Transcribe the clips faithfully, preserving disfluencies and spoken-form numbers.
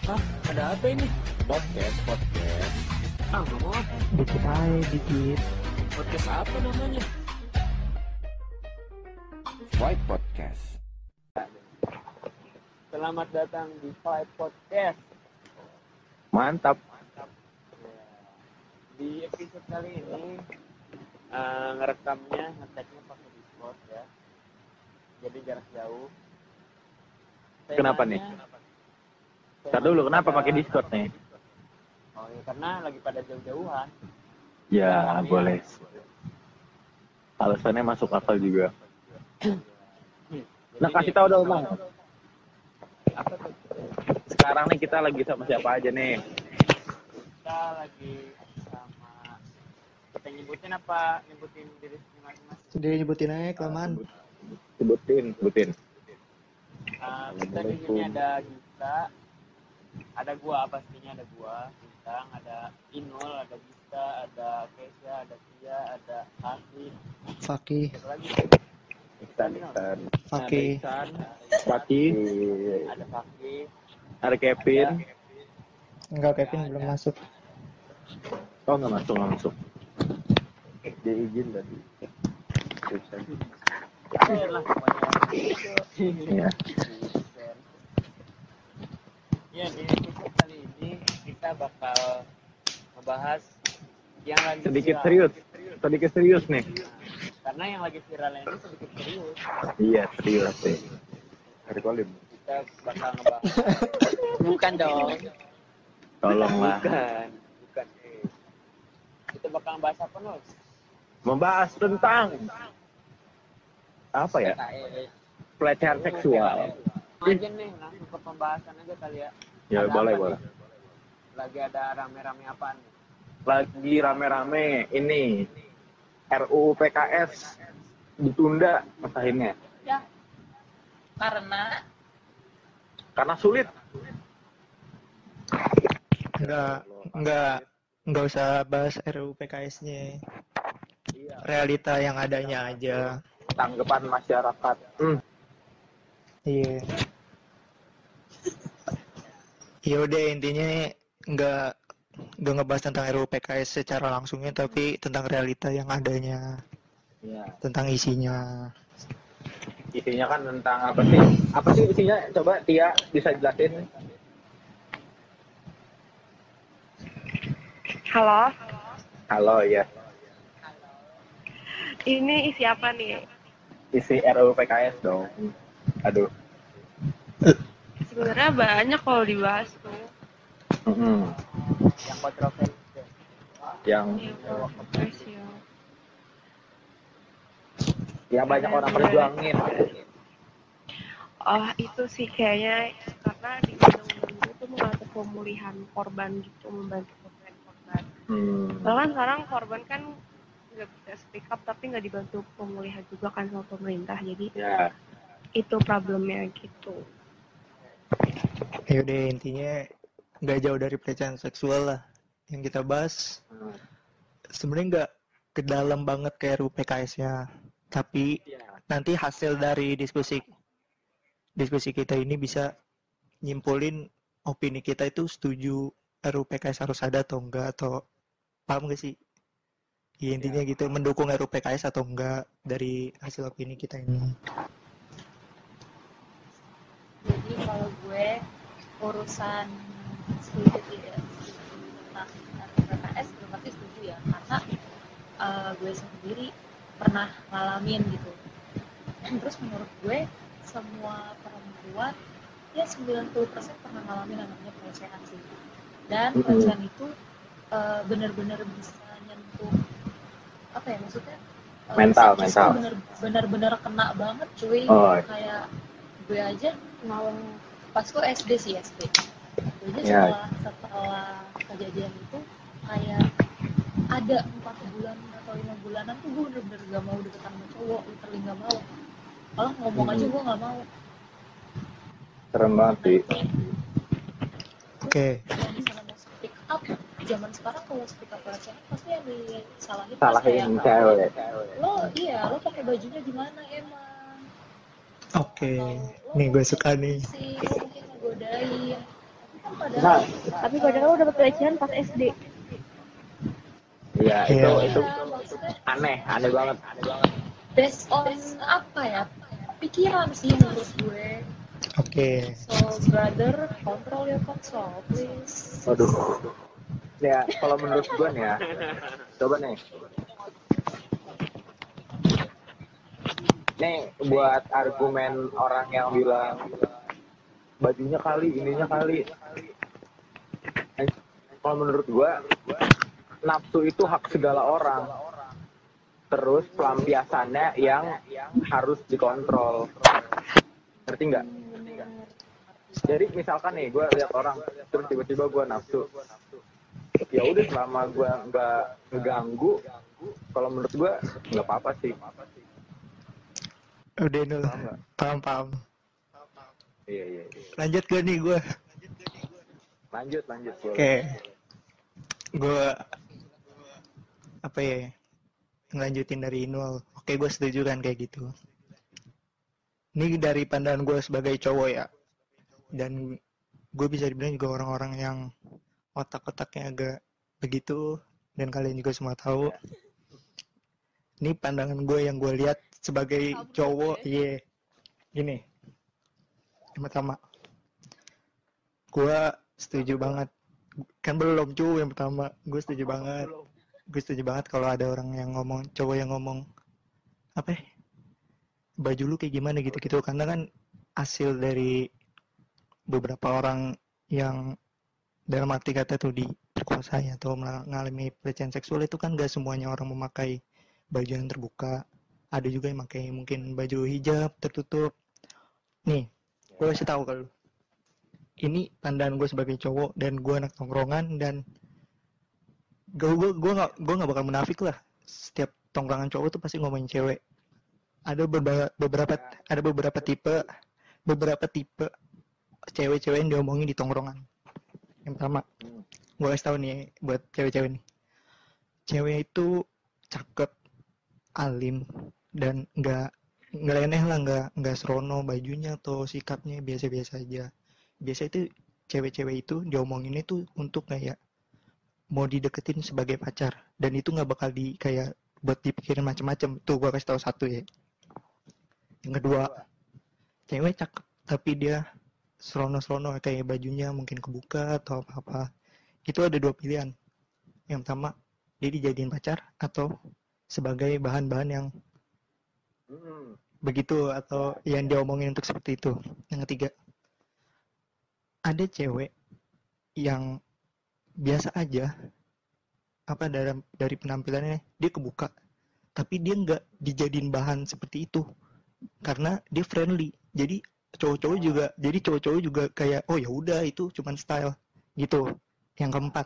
Hah? Ada apa ini? Podcast, podcast. Ah, nggak mau. ah. Dikit aja, dikit. Podcast apa namanya? Five Podcast. Selamat datang di Five Podcast. Mantap. Di episode kali ini uh, ngerekamnya, ngeteknya pakai Discord ya. Jadi jarak jauh. Kenapa nih? Ntar dulu, kenapa pakai Discord nih? Oh ya, karena lagi pada jauh-jauhan. Ya, Kami boleh. Alasannya masuk akal juga. Nah, Jadi kasih nih, tahu dong, Bang. apa tuh? Sekarang nih kita lagi sama siapa aja nih? Kita lagi sama, kita nyebutin apa? Nyebutin diri masing-masing. Sudah nyebutin aja kelamaan. Sebutin, sebutin. Uh, kita di sini ada Gita, ada gua pastinya ada gua, Bintang, ada Inul, ada Gita, ada Kesha, ada Tia, ada Hati, Fakih. ada lagi, Iksan, Iksan. Fakih. Iksan, Pati, ada Fakih, ada Kevin. Enggak, Kevin belum masuk. Oh, nggak masuk, nggak masuk. Dia izin tadi. ada lah pokoknya. Iya. Ya, di episode kali ini kita bakal ngebahas yang lagi Sedikit viral. serius, sedikit serius nih. Karena yang lagi viral ini sedikit serius. Iya, serius sih. Hari kolim. Kita bakal ngebahas. Bukan dong. Tolonglah. Bukan. Bukan. Eh. Kita bakal ngebahas apa, Nos? Membahas tentang apa ya? K E. Pelecehan seksual. Aja nih, langsung ke pembahasan aja kali ya. Ya, Ada boleh, apa boleh. nih? Lagi ada rame-rame apaan nih? Lagi rame-rame ini R U U P K S ditunda masahinnya Ya, karena karena sulit. Enggak, enggak, enggak usah bahas R U U P K S-nya. Iya. Realita yang adanya aja. Tanggapan masyarakat. Hmm. Iya. Ya udah, intinya enggak enggak ngebahas tentang R U U P K S secara langsungnya, tapi tentang realita yang adanya, Ya. tentang isinya. Isinya kan tentang apa sih? Apa sih isinya? Coba Tia bisa jelasin. Halo, Halo ya. ini isi apa nih? Isi R U U P K S dong. Aduh. Sebenarnya banyak kalau dibahas tuh. Mm-mm. Yang kontroversial. Yang Yang kontroversial. yang banyak orang perjuangin. Oh, itu sih kayaknya karena di undang-undang itu mengatur pemulihan korban gitu, membantu pemulihan korban. Hmm. Bahkan sekarang korban kan nggak bisa speak up, tapi nggak dibantu pemulihan juga kan sama pemerintah. Jadi Ya. itu problemnya gitu. Ya udah, intinya nggak jauh dari pelecehan seksual lah yang kita bahas. Sebenarnya nggak ke dalam banget ke R U U P K S-nya, tapi Ya. nanti hasil dari diskusi diskusi kita ini bisa nyimpulin opini kita itu setuju R U U P K S harus ada atau enggak, atau paham gak sih? Ya, intinya gitu, mendukung R U U P K S atau enggak dari hasil opini kita ini. jadi kalau gue urusan setuju tidak setuju tentang R U U P K S belum pasti setuju ya, karena uh, gue sendiri pernah ngalamin gitu. Terus menurut gue semua perempuan ya sembilan puluh persen pernah ngalamin yang namanya pelecehan sih. Dan Mm-mm. pelecehan itu uh, benar-benar bisa nyentuh apa ya maksudnya uh, Mental, psikis mental. tuh bener- benar-benar kena banget cuy. Oh. Kayak gue aja mau pas gue S D sih S D. Gue aja Ya. setelah setelah kejadian itu kayak ada empat bulan atau lima bulanan tuh gue bener-bener gak mau deketan sama cowok, literally gak mau. Malah ngomong Hmm. aja gue gak mau. Serem banget sih. Oke. Kalau misalnya mau speak up, zaman sekarang kalau speak up pelecehan pasti yang disalahin pas Salahin kayak cewek. lo iya lo pakai bajunya gimana emang Oke. Nih gue suka nih. sih lo mungkin ngegodain. Tapi kan Nah, Tapi padahal udah dapat pelecehan pas S D. iya Iya. itu itu Iya, maksudnya aneh, aneh banget. based on apa ya, pikiran sih menurut gue. Oke. So brother, control your console please. Waduh. Ya, kalau menurut gue nih ya, coba nih. Nih buat argumen orang yang bilang bajunya kali, ininya kali. Eh, Kalau menurut gue, nafsu itu hak segala orang. Terus pelampiasannya yang harus dikontrol. Ngerti nggak? Jadi misalkan nih, gue lihat orang, terus tiba-tiba gue nafsu. Ya udah, selama gue nggak ngeganggu, kalau menurut gue nggak apa-apa sih. Udah nul. Paham nggak? Paham paham. Iya iya. iya. Lanjut gue nih gue. Lanjut lanjut. Boleh. Oke. Gue apa ya? Ngelanjutin dari Inul. Oke, gue setuju kan kayak gitu. Ini dari pandangan gue sebagai cowok ya. Dan gue bisa dibilang juga orang-orang yang otak-otaknya agak begitu, dan kalian juga semua tahu. Ini pandangan gue yang gue lihat sebagai cowok. Iya. Gini. Yang pertama, gue setuju banget. Kan belum cuy yang pertama. Gue setuju banget. Gue setuju banget kalau ada orang yang ngomong, cowok yang ngomong apa ya, baju lu kayak gimana gitu-gitu, karena kan hasil dari beberapa orang yang dalam arti kata tuh diperkosa atau mengalami pelecehan seksual, itu kan gak semuanya orang memakai baju yang terbuka. Ada juga yang pakai mungkin baju hijab tertutup. Nih, gue kasih tahu kalau ini pandangan gue sebagai cowok dan gue anak tongkrongan, dan gue gue gue nggak gue nggak bakal munafik lah. Setiap tongkrongan cowok tuh pasti ngomongin cewek. Ada beberapa beberapa ada beberapa tipe beberapa tipe cewek-cewek yang diomongin di tongkrongan. Yang pertama, gue kasih tahu nih buat cewek-cewek nih. Cewek itu cakep, alim, dan nggak ngeleneh lah, nggak nggak serono bajunya atau sikapnya, biasa-biasa aja. Biasa itu cewek-cewek itu diomonginnya tuh untuk kayak mau dideketin sebagai pacar, dan itu nggak bakal di kayak buat dipikirin macam-macam. Tuh gue kasih tahu satu ya. Yang kedua, cewek cakep tapi dia serono-serono kayak bajunya mungkin kebuka atau apa-apa. Itu ada dua pilihan. Yang pertama, dia dijadiin pacar atau sebagai bahan-bahan yang Hmm. begitu atau yang diomongin untuk seperti itu. Yang ketiga, ada cewek yang biasa aja, apa dari dari penampilannya dia kebuka, tapi dia nggak dijadiin bahan seperti itu karena dia friendly. Jadi cowok-cowok juga, jadi cowok-cowok juga kayak oh ya udah itu cuman style gitu. Yang keempat,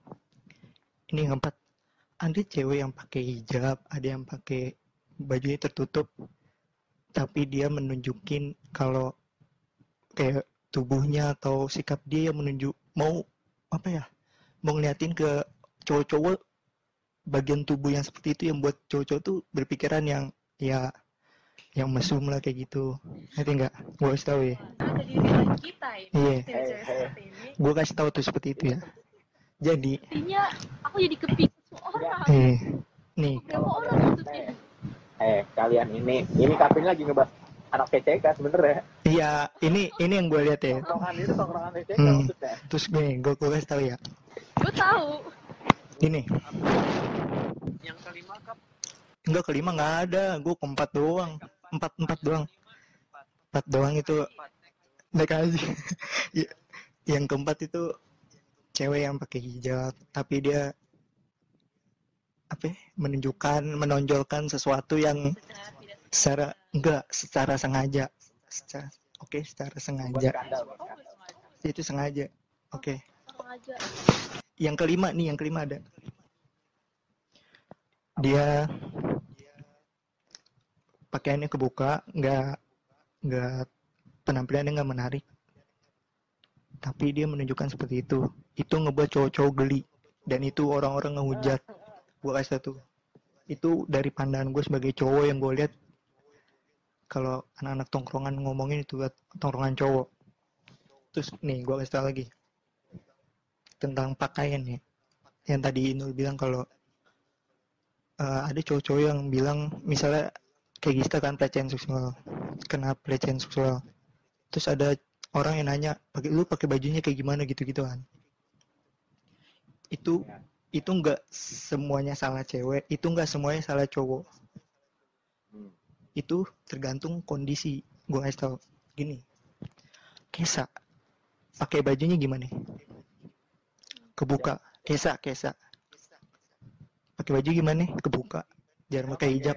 ini yang keempat, ada cewek yang pakai hijab, ada yang pakai bajunya tertutup, tapi dia menunjukin kalau kayak tubuhnya atau sikap dia yang menunjuk mau apa ya, mau ngeliatin ke cowok-cowok bagian tubuh yang seperti itu, yang buat cowok-cowok tuh berpikiran yang ya yang mesum lah kayak gitu. Ngerti nggak? Gue kasih tahu ya. Ada di wilayah kita ini, Iya. cewek-cewek seperti ini. Gue kasih tahu tuh seperti itu ya. Jadi, Artinya aku jadi kepikir seorang. eh, nih, Berapa orang maksudnya? Eh, kalian ini, ini Kapin lagi ngebahas anak P C K sebenernya. iya, ini ini yang gue lihat ya. Tongkrongan itu tongkrongan P C K Hmm. maksudnya. Terus gue gue gue kasih tahu ya. Gue tahu. Ini, Yang kelima kap enggak, kelima nggak ada. Gue keempat doang. Empat empat doang. Empat doang itu naik aja. Ya, yang keempat itu cewek yang pakai hijab, tapi dia apa ya, menunjukkan, menonjolkan sesuatu yang secara enggak secara sengaja. Secara, oke, secara Buat sengaja. skandal, buat skandal. Itu sengaja. Oke. Sengaja. Yang kelima nih, yang kelima ada. Dia pakaiannya kebuka, nggak nggak penampilannya nggak menarik, tapi dia menunjukkan seperti itu. Itu ngebuat cowok-cowok geli, dan itu orang-orang ngehujat. Gue kasih satu. Itu dari pandangan gue sebagai cowok yang gue lihat, kalau anak-anak tongkrongan ngomongin itu buat tongkrongan cowok. Terus nih gue kasih tau lagi. tentang pakaian ya. Yang tadi Inul bilang kalau uh, ada cowok-cowok yang bilang misalnya kayak Gista kan pelecehan seksual, kena pelecehan seksual. Terus ada orang yang nanya, pakai lu pakai bajunya kayak gimana gitu-gitu kan. Itu itu enggak semuanya salah cewek, itu enggak semuanya salah cowok. Hmm. Itu tergantung kondisi. Gue kasih tau gini, Kesa pakai bajunya gimana? Kebuka. Kesa, Kesa pakai baju gimana? Kebuka. Jarang pakai hijab.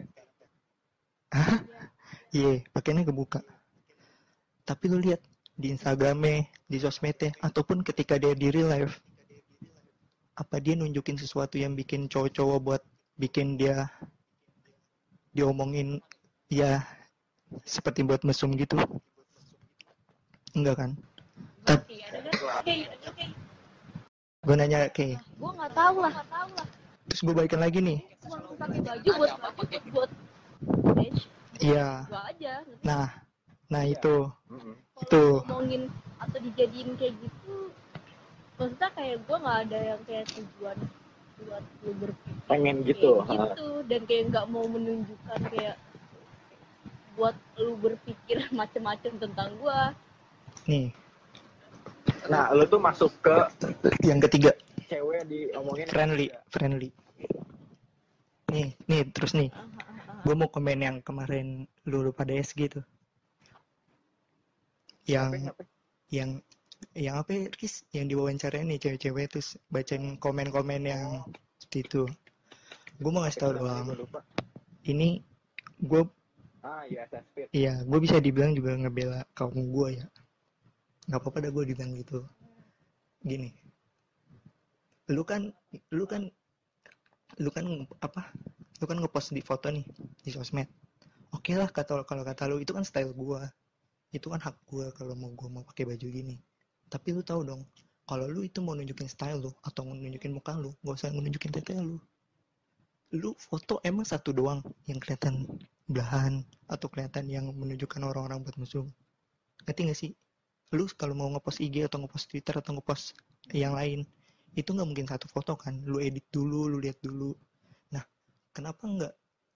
Hah? Iya, pakainya kebuka. Tapi lu lihat di Instagramnya, di sosmednya, ataupun ketika dia di real life, apa dia nunjukin sesuatu yang bikin cowok-cowok buat bikin dia diomongin ya seperti buat mesum gitu? Enggak kan? Tapi gue nanya kayak, gue nggak tahu lah. terus gue balikan lagi nih. Cuma pakai baju buat buat buat iya. gua aja. Nah, nah itu, Mm-mm. itu. Ngomongin atau dijadiin kayak gitu, maksudnya kayak gue nggak ada yang kayak tujuan buat lu berpikir Pengen gitu, kayak gitu, dan kayak nggak mau menunjukkan kayak buat lu berpikir macem-macem tentang gue. Nih, Nah, lu tuh masuk ke yang ketiga, cewek diomongin friendly, friendly. Nih, nih terus nih, gue mau komen yang kemarin lu, lu pada S G tuh, yang Apa, apa? yang yang apa ya, Riz? Yang diwawancara nih cewek-cewek terus bacain komen-komen yang seperti itu. Gue mau ngasih tau doang, Gua lupa. ini gue, Ah, iya, Sasfit. iya, gue bisa dibilang juga ngebela kaum gue ya. Nggak apa-apa dah gue dibilang gitu. Gini, lu kan, lu kan, lu kan apa? Lu kan ngepost di foto nih di sosmed. Oke lah, kata kalau kata lu itu kan style gue, itu kan hak gue kalau mau gue mau pakai baju gini. Tapi lu tahu dong, kalau lu itu mau nunjukin style lu atau mau nunjukin muka lu, gak usah nunjukin tete lu. Lu foto emang satu doang yang kelihatan belahan atau kelihatan yang menunjukkan orang-orang buat musuh. Ngerti gak sih? Lu kalau mau ngepost I G atau ngepost Twitter atau ngepost yang lain, itu nggak mungkin satu foto kan, lu edit dulu, lu lihat dulu. Nah, kenapa nggak,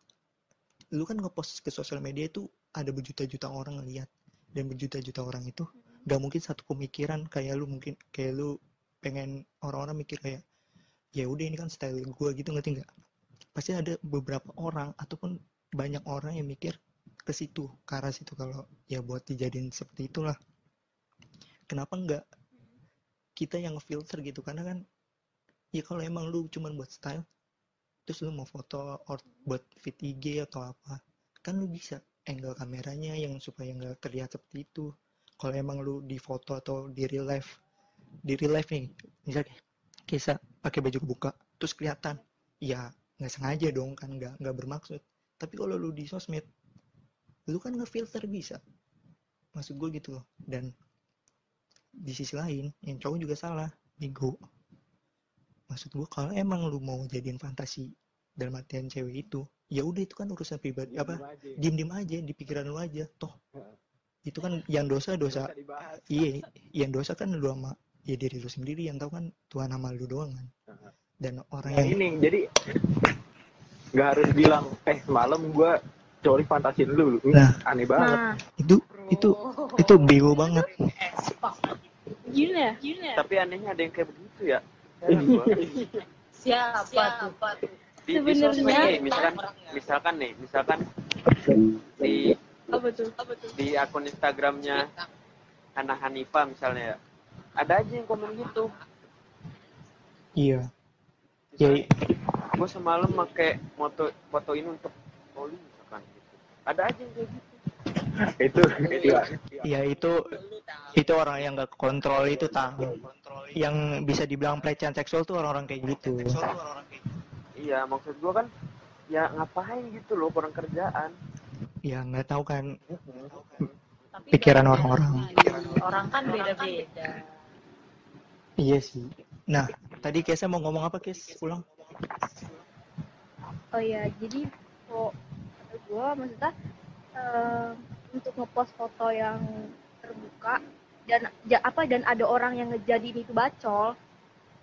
lu kan ngepost ke sosial media itu ada berjuta-juta orang ngeliat, dan berjuta-juta orang itu nggak mungkin satu pemikiran kayak lu, mungkin kayak lu pengen orang-orang mikir kayak ya udah ini kan style gue gitu, ngerti nggak? Pasti ada beberapa orang ataupun banyak orang yang mikir ke situ, ke arah situ, kalau ya buat dijadiin seperti itulah. Kenapa nggak kita yang filter gitu? Karena kan ya kalau emang lu cuman buat style, terus lu mau foto or buat fit I G atau apa, kan lu bisa angle kameranya yang supaya nggak terlihat seperti itu. Kalau emang lu di foto atau di real life, di real life nih, misalnya Kesa pakai baju kebuka, terus kelihatan, ya nggak sengaja dong kan, nggak nggak bermaksud. Tapi kalau lu di sosmed, lu kan ngefilter bisa, maksud gue gitu loh. Dan di sisi lain yang cowok juga salah, ego. Maksud gue kalau emang lu mau jadiin fantasi dalam artian cewek itu, ya udah itu kan urusan pribadi, apa diem-diem aja di pikiran lu aja, toh itu kan yang dosa dosa, iya, yang dosa kan lu sama ya diri lu sendiri, yang tahu kan Tuhan sama lu doang kan. Dan orang Nah, yang ini jadi nggak harus bilang eh semalam gue coli fantasiin lu, Nah. aneh banget. Nah, itu itu itu bego banget. gini ya, gini ya. Tapi anehnya ada yang kayak begitu ya. Heran gua. Siapa, Siapa tuh? Di, di Sebenarnya- sosmed nih, misalkan misalkan nih, misalkan di Apa tuh? Apa tuh? di akun Instagramnya Hana Hanifa misalnya ya, ada aja yang komen gitu. Iya. Ya, Gue semalam pakai moto foto ini untuk poli misalkan gitu. Ada aja yang kayak gitu. itu itu ya itu itu orang yang nggak kontrol itu, tahu. Yang bisa dibilang pelecehan seksual tuh orang-orang kayak gitu. Iya, maksud gue kan ya ngapain gitu loh, kurang kerjaan. Ya nggak tahu kan Tapi pikiran beda- orang-orang. Orang kan beda-beda. Iya sih. Nah, tadi Kesa mau ngomong apa, Kes? Ulang. Oh ya, jadi kok gue maksudnya eh, untuk ngepost foto yang terbuka dan ja, apa dan ada orang yang ngejadiin itu bacol,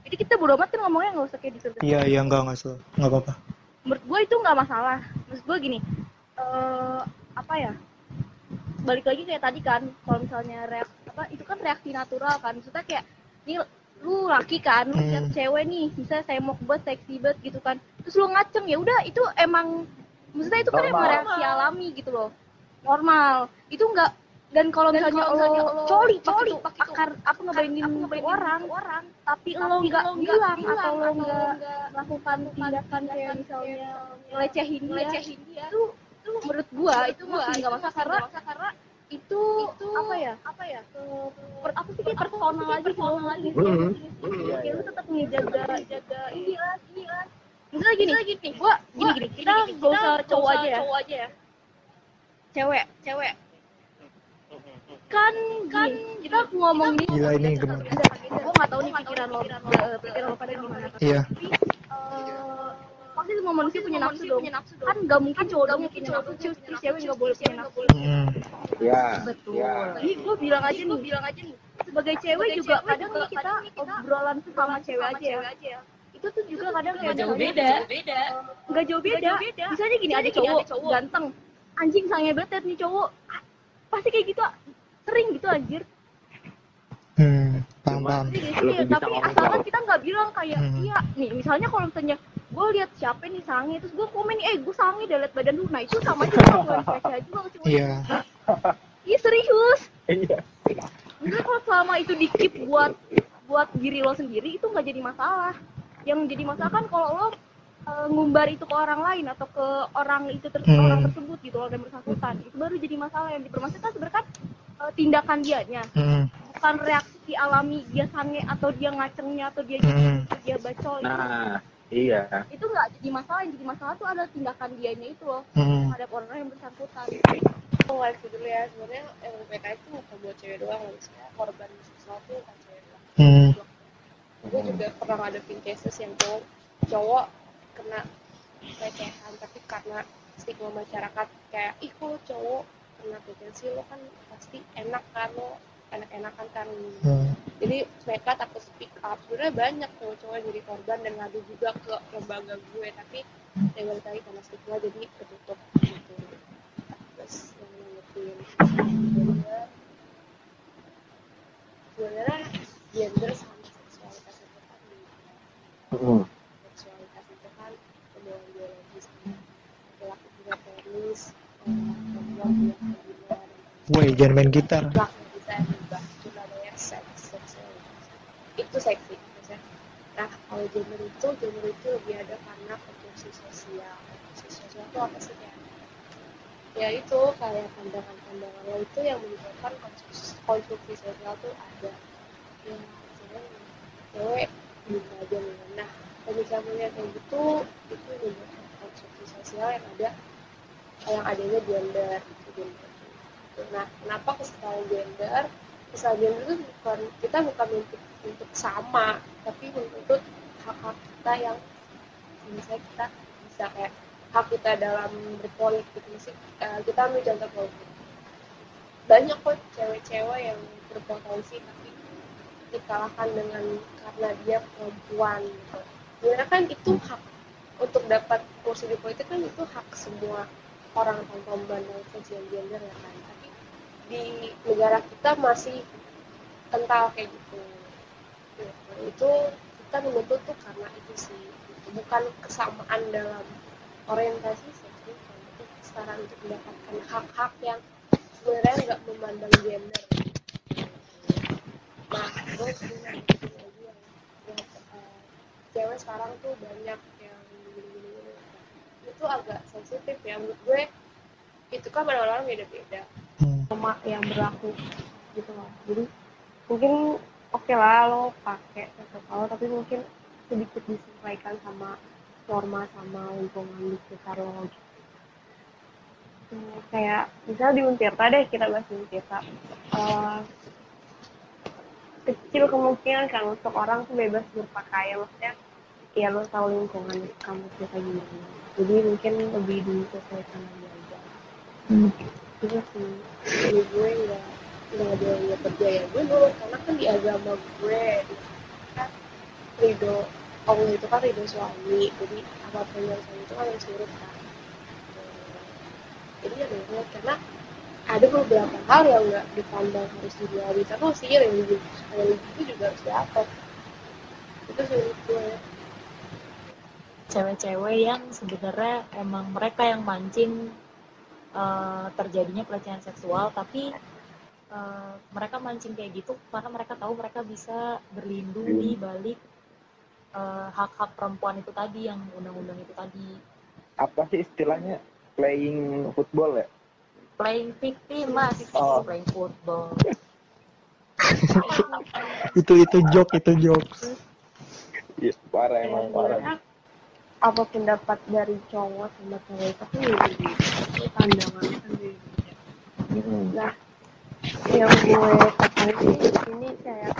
Jadi kita bodo amat kan ngomongnya nggak usah kayak gitu. Iya, iya, enggak, enggak salah. Enggak apa-apa. Menurut gue itu nggak masalah. Maksud gue gini, eh apa ya? Balik lagi kayak tadi kan, kalau misalnya reaksi apa itu kan reaksi natural kan. Maksudnya kayak ini lu laki kan, lu lihat Hmm. cewek nih, misalnya saya mau banget, seksi banget gitu kan. Terus lu ngaceng, ya udah itu emang maksudnya itu kan emang Normal. reaksi alami gitu loh. Normal. Itu enggak dan kalau misalnya lo coli coli akar apa ngebayangin orang orang tapi lo nggak bilang atau lo nggak melakukan tindakan kayak misalnya ngelecehin dia itu itu menurut gua itu masih nggak masalah karena karena itu apa ya apa ya per, apa sih kayak personal aja sih lo Hmm. kayak lu tetap ngejaga jaga ini lah ini lah misalnya gini gini gua gini gini kita gak usah cowok aja ya cewek cewek kan kan kita ngomong ini Gila, ini gimana? gue nggak tahu nih pikiran lo eh, pikiran lo pada gimana tapi Iya. eh, pasti semua manusia punya nafsu dong kan nggak mungkin cowok dong yang punya nafsu terus terus cewek nggak boleh punya nafsu Hmm. Ya. betul Ya. ini gue bilang aja nih bilang aja nih sebagai cewek juga kadang nih kita obrolan tuh sama cewek aja ya itu tuh juga kadang kayak jauh misalnya, beda. eh, nggak jauh beda misalnya gini ada cowok ganteng anjing sange banget nih cowok pasti kayak gitu sering gitu anjir. Hmm. Paham, paham. Iya, Lebih iya, bisa tapi ngomong asalkan jauh. kita nggak bilang kayak Hmm. iya nih misalnya kalau misalnya gue lihat siapa nih sange terus gue komen nih eh gue sange deh liat badan lu nah itu sama aja gue ngeluarin pelecehan juga ke cowok. Iya. Iya serius. Iya. Enggak kalau selama itu dikip buat buat diri lo sendiri itu nggak jadi masalah. Yang jadi masalah kan kalau lo uh, ngumbar itu ke orang lain atau ke orang itu ter- Hmm. orang tersebut gitu loh dan bersangkutan itu baru jadi masalah yang dipermasalahkan sebenarnya kan uh, tindakan dianya Hmm. bukan reaksi alami dia sange atau dia ngacengnya atau dia Hmm. atau dia bacol itu Nah, iya. itu nggak jadi masalah yang jadi masalah tuh adalah tindakan dianya itu loh Hmm. terhadap orang yang bersangkutan. Oh, live dulu ya. Sebenarnya R U P K itu bukan buat cewek doang, maksudnya korban seksual itu bukan cewek doang. Hmm. Gue juga pernah ngadepin cases yang cowok cowok kena pelecehan, tapi karena stigma masyarakat kayak ih kok cowok kena pelecehan sih lo kan pasti enak kan lo enak-enakan kan. Hmm. Jadi mereka takut speak up. Sebenarnya banyak cowok-cowok yang jadi korban dan ngadu juga ke lembaga gue, tapi ya balik lagi karena stigma jadi ketutup gitu. Terus yang ngertiin gender, sebenarnya gender sama seksualitas itu kan Hmm. seksualitas itu kan hubungan biologis, laki punya penis, eh, perempuan punya vagina, Woi, jangan main gitar. laki bisa berubah, itu namanya seks, seksualitas. Itu seksi, maksudnya. Nah, kalau gender itu, gender itu lebih ada karena konstruksi sosial. Konstruksi sosial itu apa sih ya? Ya itu kayak pandangan-pandangan lo itu yang menyebabkan konstruksi, konstruksi sosial tuh ada. Ya, misalnya cewek bisa aja nih. Nah, pemikirannya kayak gitu, itu menyebabkan konstruksi sosial yang ada, yang adanya gender, gitu, gender. Nah, kenapa kesetaraan gender? Kesetaraan gender itu bukan, kita bukan untuk untuk sama, tapi menuntut hak-hak kita yang misalnya kita bisa kayak hak kita dalam berpolitik, mesti uh, kita ambil contoh politik. Banyak kok cewek-cewek yang berpotensi tapi dikalahkan dengan karena dia perempuan gitu. Sebenarnya kan itu hak untuk dapat kursi di politik kan itu hak semua orang tanpa memandang fungsi gender ya kan. Tapi di negara kita masih kental kayak gitu. Gitu. Itu kita menuntut tuh karena itu sih, gitu. Bukan kesamaan dalam orientasi seks, itu kesetaraan untuk mendapatkan hak-hak yang sebenarnya nggak memandang gender. Nah, gue punya lagi yang, yang uh, cewek sekarang tuh banyak yang gini-gini, itu agak sensitif ya menurut gue. Itu kan orang-orang beda-beda Hmm. norma yang berlaku gitu loh. Jadi mungkin oke okay lah lo pakai protokol, tapi mungkin sedikit disesuaikan sama norma sama lingkungan di sekitar lo gitu. Hmm, kayak misalnya di Untirta deh, kita bahas di Untirta. Uh, kecil kemungkinan kan untuk orang tuh bebas berpakaian, maksudnya ya lo tahu lingkungan kampus kita gimana. Jadi mungkin lebih disesuaikan lagi aja. Hmm. Itu sih, jadi gue nggak nggak ada yang percaya gue dulu karena kan di agama gue kan ridho Allah itu kan ridho suami, jadi apapun yang suami itu kan yang surut kan. Jadi ya nurut, karena ada beberapa hal yang nggak dipandang harus duniawi terus sih, yang religius itu juga harus diatur. Itu sih menurut gue. Cewek-cewek yang sebenarnya emang mereka yang mancing uh, terjadinya pelecehan seksual, tapi uh, mereka mancing kayak gitu karena mereka tahu mereka bisa berlindung di balik uh, hak-hak perempuan itu tadi, yang undang-undang itu tadi. Apa sih istilahnya, playing football ya? Playing victim, mas. Oh. Playing football. itu itu joke itu jokes. Iya, parah emang parah. Ya, apa pendapat dari cowok sama cewek itu kan beda-beda, pandangannya kan beda-beda. Mm-hmm. Nah, yang gue katakan sih di sini kayak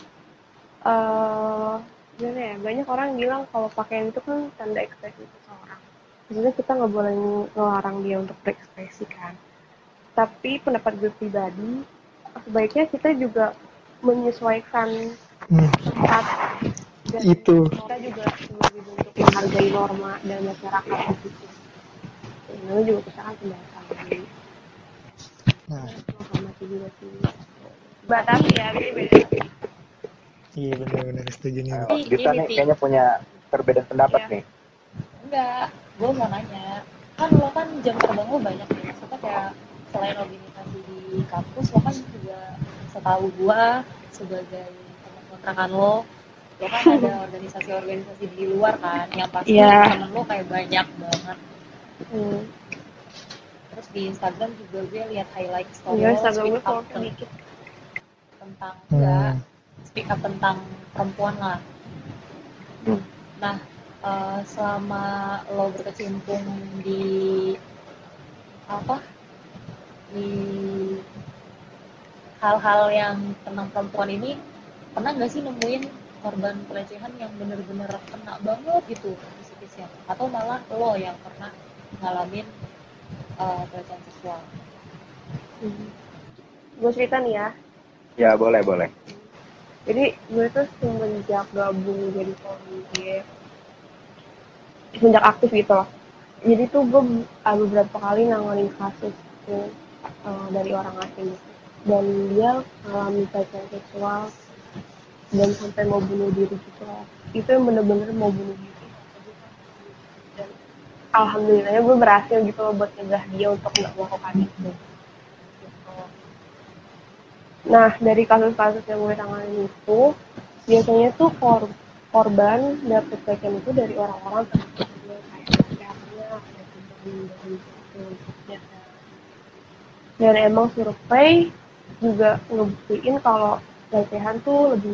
uh, gimana ya, banyak orang bilang kalau pakaian itu kan tanda ekspresi seseorang. Maksudnya kita nggak boleh ngelarang dia untuk berekspresi kan. Tapi pendapat gue pribadi, sebaiknya kita juga menyesuaikan Hmm, tempat dan itu kita juga sebagai bentuk menghargai norma dan masyarakat di situ. Lalu juga kita kan pendatang, jadi nah menghormati juga sih. Batasi ya, beda-beda. iya benar-benar setuju nih. Ayo, Tapi kita ini, nih Ti. kayaknya punya perbedaan pendapat Iya. nih. Enggak, gue mau nanya, kan lo kan jam terbang lo banyak nih, maksudnya kayak selain organisasi di kampus, lo kan juga setahu gue sebagai teman kontrakan lo, lo kan ada organisasi-organisasi di luar kan, yang pasti Iya. temen lo kayak banyak banget. Hmm. Terus di Instagram juga gue lihat highlight story Iya, lo, Instagram speak gue up follow ten- dikit. tentang Hmm. enggak, speak up tentang perempuan lah. Hmm. Nah, uh, selama lo berkecimpung di apa di hal-hal yang tentang perempuan ini, pernah nggak sih nemuin korban pelecehan yang bener-bener kena banget gitu psikisnya, atau malah lo yang pernah ngalamin uh, pelecehan seksual? Hmm. Gue cerita nih ya. Ya boleh boleh. Jadi gue tuh semenjak gabung jadi volunteer, semenjak aktif gitu loh. Jadi tuh gue uh, beberapa kali nanganin kasus tuh, uh, dari orang asing gitu. Dan dia mengalami pelecehan seksual dan sampai mau bunuh diri gitu loh. Itu yang bener-bener mau bunuh diri. Dan alhamdulillahnya gue berhasil gitu loh buat nyegah dia untuk nggak melakukan itu. Gitu. Nah, dari kasus-kasus yang gue tanganin itu, biasanya tuh kor korban dapet pelecehan itu dari orang-orang terdekat, kayak pacarnya, kayak teman dari itu. Dan emang survei juga ngebuktiin kalau pelecehan tuh lebih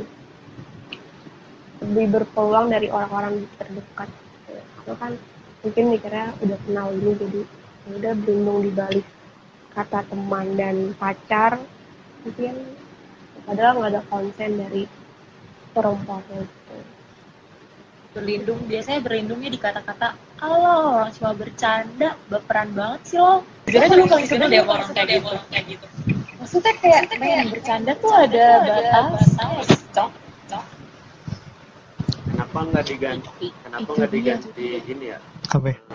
lebih berpeluang dari orang-orang terdekat. Itu kan mungkin mikirnya udah kenal dulu, jadi udah berlindung di balik kata teman dan pacar, mungkin padahal nggak ada konsen dari perempuannya gitu. Berlindung, biasanya berlindungnya di kata-kata, "Allah, orang cuma bercanda, baperan banget sih lo." Sebenarnya dulu paling sebel deh orang kayak gitu. Maksudnya kayak, men, bercanda tuh ada batas, cok, cok. Kenapa nggak diganti? Kenapa nggak diganti ini ya? Apa ya?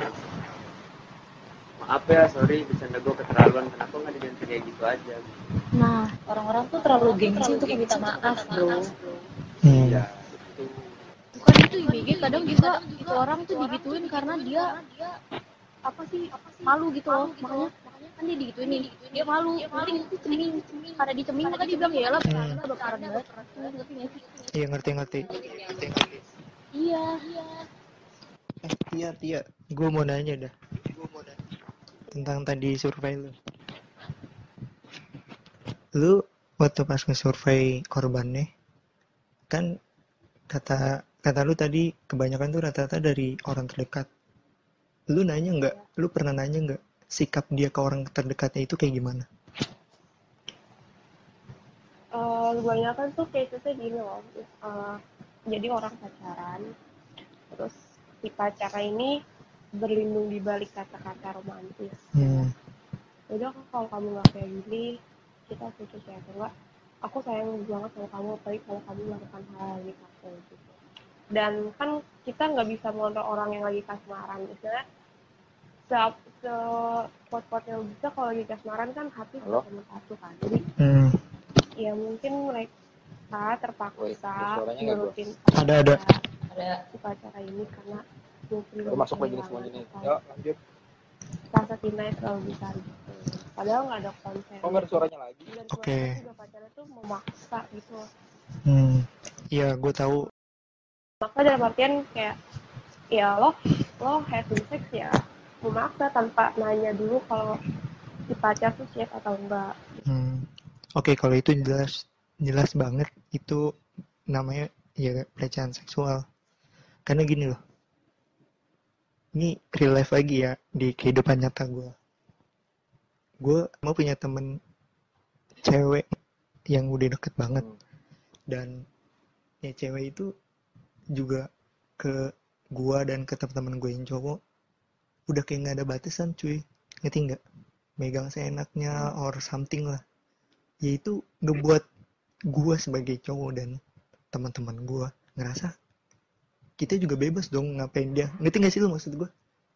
Maaf ya, sorry bercanda gue keterlaluan. Kenapa nggak diganti kayak gitu aja? Nah, orang-orang tuh terlalu gengsi untuk minta maaf, bro. Hmm. Ya, itu. Bukan itu I B G, kadang juga itu orang tuh digituin karena dia apa sih malu gitu loh, makanya kan dia digituin nih, dia malu, mending itu ceming, karena diceming maka dia bilang ya lah bercanda bakaran banget, ngerti nggak sih? Iya ngerti-ngerti. Iya. Eh Tia Tia, gue mau nanya dah tentang tadi survei lu. Lu waktu pas nge-survei korbannya, kan kata kata lu tadi kebanyakan tuh rata-rata dari orang terdekat. Lu nanya nggak? Lu pernah nanya nggak sikap dia ke orang terdekatnya itu kayak gimana? Uh, kebanyakan tuh case-nya gini loh, uh, jadi orang pacaran, terus si pacarnya ini berlindung di balik kata-kata romantis. Hmm. Udah, kalau kamu nggak kayak gini, kita putus ya, atau enggak? Aku sayang banget sama kamu, apalagi kalau kamu melakukan hal ini aku gitu. dan kan kita nggak bisa mengontrol orang yang lagi kasmaran. Misalnya se se kuat-kuatnya lo bisa kalau lagi kasmaran kan hati Halo? sama satu kan, jadi Hmm. ya mungkin mereka Woi, terpaksa ada suaranya nggak, bro? nurutin Ada, ada. Ada. upacara ini karena mungkin Baru masuk lagi nih kehilangan semuanya nih. atau Yuk, lanjut. rasa cintanya terlalu besar gitu. Padahal nggak ada konsen. Oh, nggak ada suaranya lagi? Dan Oke. kebanyakan juga pacarnya tuh memaksa gitu. Hmm. Iya, gue tahu. Maka dalam artian kayak ya lo lo having sex ya memaksa tanpa nanya dulu kalau si pacar tuh siap atau enggak. Hmm. Oke, kalau itu jelas jelas banget itu namanya ya pelecehan seksual. Karena gini loh. Ini real life lagi ya di kehidupan nyata gue. Gue mau punya temen cewek yang udah deket banget, Hmm. dan ya cewek itu juga ke gua dan ke teman-teman gue yang cowok udah kayak nggak ada batasan cuy, ngerti nggak? Megang seenaknya or something lah, yaitu ngebuat gua sebagai cowok dan teman-teman gua ngerasa kita juga bebas dong ngapain dia, ngerti nggak sih lu maksud gua?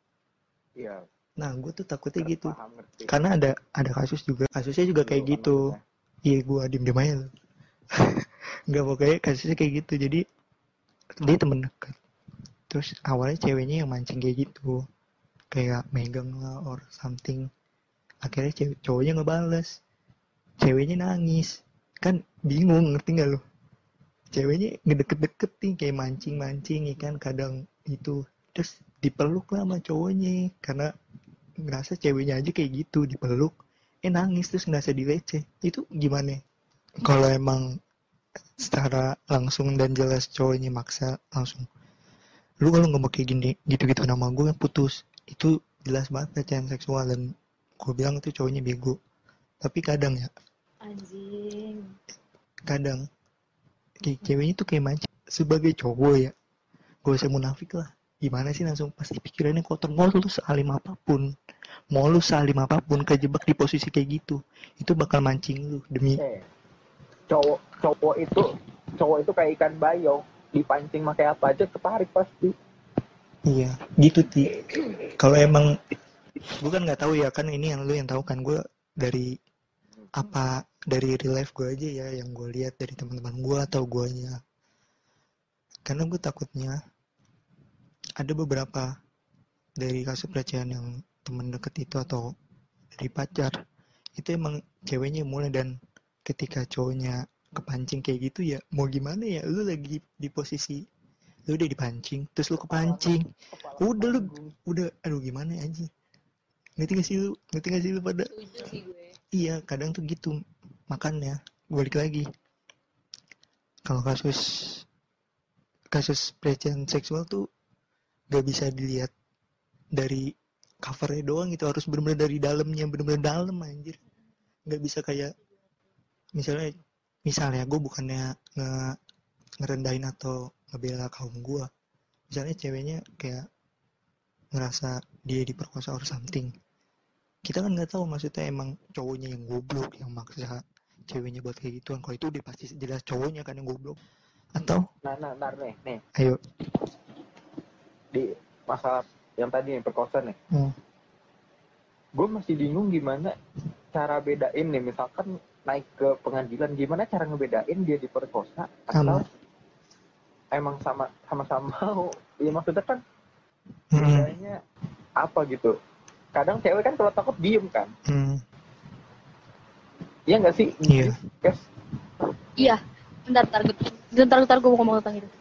Iya. Nah gue tuh takutnya gitu, Paham, ngerti. karena ada ada kasus juga, kasusnya juga kayak Lu kan gitu. maksudnya. Iya gua diem-diem aja lu. Nggak, pokoknya kasusnya kayak gitu. Jadi dia temen dekat, terus awalnya ceweknya yang mancing kayak gitu, kayak megang lah or something. Akhirnya cewek cowoknya ngebales, ceweknya nangis, kan bingung, ngerti nggak lu? Ceweknya ngedeket-deket nih kayak mancing-mancing ya kan, kadang itu terus dipeluk lah sama cowoknya karena ngerasa ceweknya aja kayak gitu dipeluk, eh nangis terus ngerasa dileceh. Itu gimana kalau emang secara langsung dan jelas cowoknya maksa langsung, lu kalau ngomong kayak gini gitu-gitu nama gue putus, itu jelas banget pelecehan seksual. Dan gue bilang itu cowoknya bego. Tapi kadang ya, Anjing. kadang kayak ceweknya tuh kayak mancing. Sebagai cowok ya, gue usah munafik lah, gimana sih, langsung pasti pikirannya kotor. Mau lu sealim apapun, mau lu sealim apapun kejebak di posisi kayak gitu, itu bakal mancing lu demi Eh, cowok cowok itu cowok itu kayak ikan bayong, dipancing pakai apa aja ketarik pasti. iya gitu ti. Kalau emang gue kan nggak tahu ya, kan ini yang lu yang tahu kan, gue dari apa, dari real life gue aja ya yang gue lihat dari teman-teman gue atau guanya. Karena gue takutnya ada beberapa dari kasus pelecehan yang teman deket itu atau dari pacar itu emang ceweknya yang mulai, dan ketika cowoknya kepancing kayak gitu ya mau gimana ya, lu lagi di posisi lu udah dipancing terus lu kepancing, udah lu udah aduh gimana ya anjing, ngerti gak sih lu, ngerti gak sih lu pada? Setuju sih gue. Iya kadang tuh gitu. Makanya balik lagi, kalau kasus kasus pelecehan seksual tuh gak bisa dilihat dari covernya doang, itu harus benar-benar dari dalamnya, benar-benar dalam anjir. Gak bisa kayak misalnya misalnya gue bukannya nge ngerendahin atau ngebela kaum gue, misalnya ceweknya kayak ngerasa dia diperkosa or something, kita kan nggak tahu maksudnya emang cowoknya yang goblok yang maksa ceweknya buat kayak gituan. Kalau itu udah pasti jelas cowoknya kan yang goblok. Atau Nah, nah, nah, nih, nih, ayo di masalah yang tadi yang perkosa nih, hmm. gue masih bingung gimana cara bedain nih, misalkan naik ke pengadilan, gimana cara ngebedain dia diperkosa atau Sama. emang sama sama-sama mau. Ya maksudnya kan Hmm. bedanya apa gitu. Kadang cewek kan kalau takut diem kan, Hmm. iya nggak sih? Iya. Guys, Iya, bentar, bentar, bentar, bentar, gue mau ngomong tentang itu.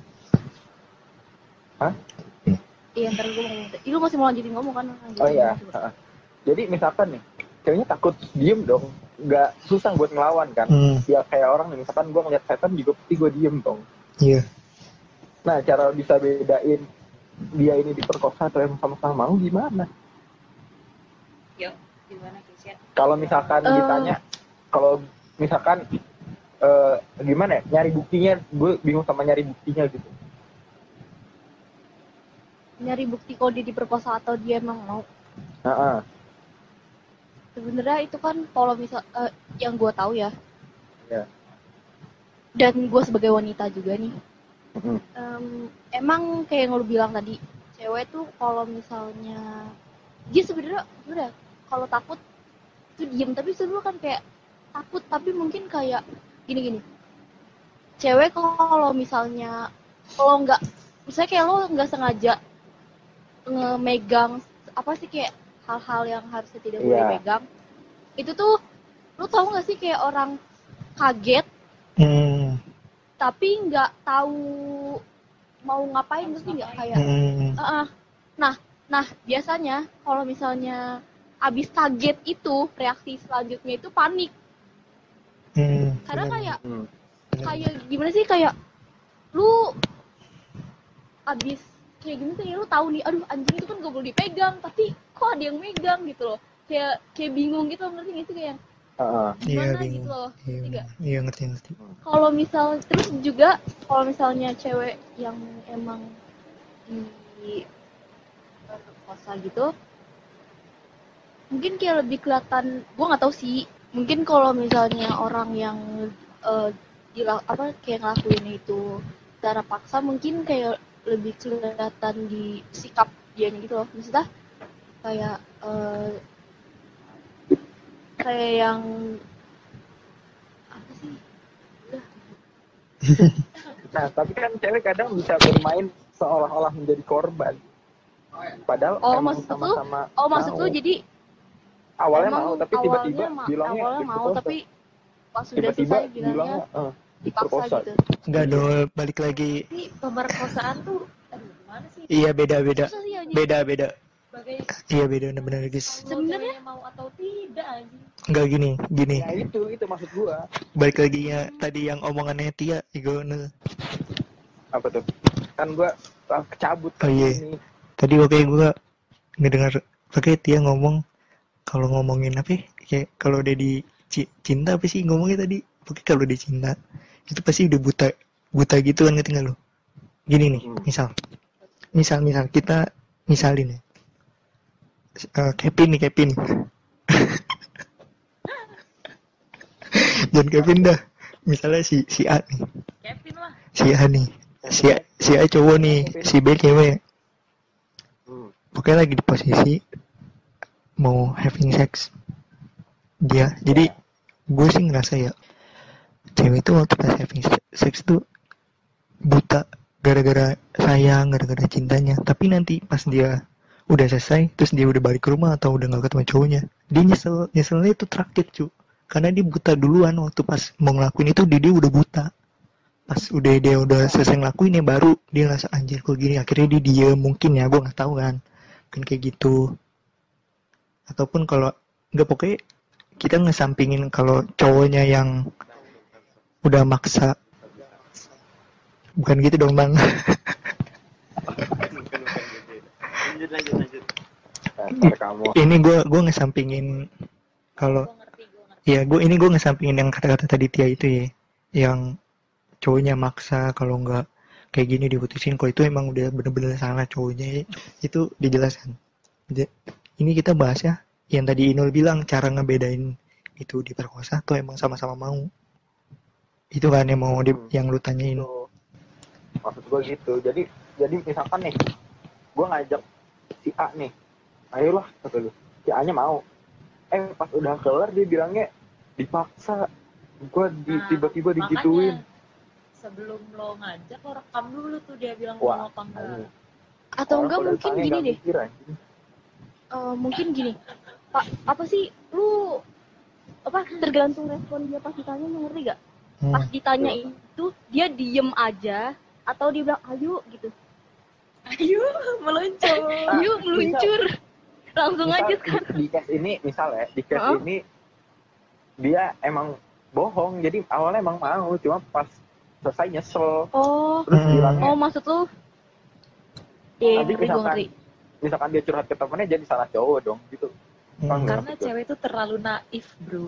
Hah? Iya, ntar gue mau ngomong. Ih, lu masih mau lanjutin ngomong kan? Lanjutin oh iya. ngomong, coba. Ha. Jadi misalkan nih, ceweknya takut diem dong, nggak susah buat ngelawan kan? Hmm. Ya kayak orang nih, misalkan gue ngeliat setan juga pasti gue diem dong. Iya. Nah, cara bisa bedain dia ini diperkosa atau emang sama-sama mau gimana? Yuk, gimana Kisya? Kalau misalkan Eh. ditanya, kalau misalkan eh, gimana ya, nyari buktinya, gue bingung sama nyari buktinya gitu. Nyari bukti kalau dia diperkosa atau dia emang mau. Heeh. Sebenarnya itu kan kalau misal eh, yang gue tahu ya. Iya. Dan gue sebagai wanita juga nih, Mm-mm. Em, emang kayak yang lu bilang tadi, cewek tuh kalau misalnya dia sebenarnya sebenarnya kalau takut tuh diem, tapi sebenarnya kan kayak takut, tapi mungkin kayak gini-gini. Cewek kalau misalnya kalau nggak, misalnya kayak lo nggak sengaja ngemegang apa sih, kayak hal-hal yang harusnya tidak boleh Iya. pegang, itu tuh lo tau nggak sih kayak orang kaget Hmm. tapi nggak tahu mau ngapain, ngerti nggak kayak Hmm. uh-uh. nah nah biasanya kalau misalnya abis kaget itu reaksi selanjutnya itu panik, Hmm. karena Benar. kayak Hmm. Benar. kayak gimana sih, kayak lu abis kayak gini tuh ya, lu tahu nih aduh anjing itu kan gak boleh dipegang tapi kok ada yang megang gitu loh, kayak kayak bingung gitu, ngerti nggak sih, kayak Heeh. Iya gimana bingung. gitu loh, Iya. ngerti nggak? Iya ngerti ngerti. Kalau misal terus juga kalau misalnya cewek yang emang di perkosa gitu, mungkin kayak lebih kelihatan, gue nggak tahu sih, mungkin kalau misalnya orang yang eh, gila apa kayak ngelakuin itu secara paksa, mungkin kayak lebih kelihatan di sikap dianya gitu loh, maksudnya kayak eh, kayak yang apa sih. Nah, tapi kan cewek kadang bisa bermain seolah-olah menjadi korban. Padahal Oh, emang maksud lu? sama-sama Oh maksud mau. lu jadi awalnya emang mau, tapi awalnya tiba-tiba ma- bilangnya awalnya mau diperkosa. tapi pas sudah Tiba-tiba selesai bilangnya bilangnya eh, dipaksa diperkosa. gitu. Enggak dong, balik lagi. Tapi pemerkosaan tuh, aduh gimana sih? Iya beda-beda. Susah sih anjing. Beda-beda. Sebagai Iya beda benar guys. kalau Sebenarnya- ceweknya mau atau tidak anjing. Enggak gini, gini. Ya itu, itu maksud gua. Balik lagi ya tadi yang omongannya Tia, Igonel. Apa tuh? Kan gua ah, kecabut Oh iya. ini. Tadi oke gua ngedengar pakai Tia ngomong kalau ngomongin apa ya? Kayak kalau udah di ci- cinta apa sih ngomongnya tadi? Oke kalau di cinta itu pasti udah buta buta gitu kan, ngerti nggak lo? Gini nih, Hmm. misal, misal misal kita misalin ya, Eh, Kevin nih Kevin, dan Kevin dah, misalnya si si A nih, Kevin lah. si A nih, si A, si A cowok nih, si B cewek, Hmm. pokoknya lagi di posisi mau having sex dia, jadi gue sih ngerasa ya cewek itu waktu pas having sex tuh buta gara-gara sayang, gara-gara cintanya, tapi nanti pas dia udah selesai terus dia udah balik ke rumah atau udah gak ketemu cowoknya, dia nyesel, nyeselnya itu traktir cu, karena dia buta duluan waktu pas mau ngelakuin itu, dia, dia udah buta, pas udah dia udah selesai ngelakuin ya baru dia ngerasa anjir kok gini, akhirnya dia diem mungkin ya, gue nggak tahu kan kan kayak gitu. Ataupun kalau nggak, pokoknya kita ngesampingin kalau cowoknya yang udah maksa, bukan gitu dong bang. Lanjut lanjut lanjut. Dasar kamu. Ini gue gue ngesampingin kalau Gue ngerti, gue ngerti. ya gue ini gue ngesampingin yang kata-kata tadi Tia itu ya, yang cowoknya maksa kalau nggak kayak gini diputusin, kalau itu emang udah bener-bener salah cowoknya ya. Itu dijelaskan. Jadi, ini kita bahas ya yang tadi Inul bilang cara ngebedain itu diperkosa atau emang sama-sama mau, itu kan yang mau di, yang lu tanyain. Gitu. Maksud gua gitu. Jadi jadi misalkan nih, gua ngajak si A nih, ayolah kata lu. Si A nya mau. Eh pas udah kelar dia bilangnya dipaksa. Gua di, Nah, tiba-tiba makanya digituin. sebelum lo ngajak, lo rekam dulu tuh dia bilang Wah, mau apa enggak. anjing. Atau Orang enggak pada mungkin tanya gini nggak deh, mikir, anjing. eh, mungkin gini, Pak, apa sih lu apa tergantung respon dia pas ditanya, ngerti gak? Pas Hmm. ditanya itu dia diem aja atau dia bilang ayo gitu, Ayo, meluncur. Ah, ayo meluncur, langsung Misal, aja di, kan. di case ini misal ya, di case Heeh. ini dia emang bohong, jadi awalnya emang mau, cuma pas selesai nyesel, Oh, terus Hmm. bilangnya oh maksud lu? Iya, Nanti ngerti gue misalkan- ngerti. misalkan dia curhat ke temennya jadi salah cowok dong gitu. Hmm. Kan nggak Karena gitu. cewek itu terlalu naif, bro.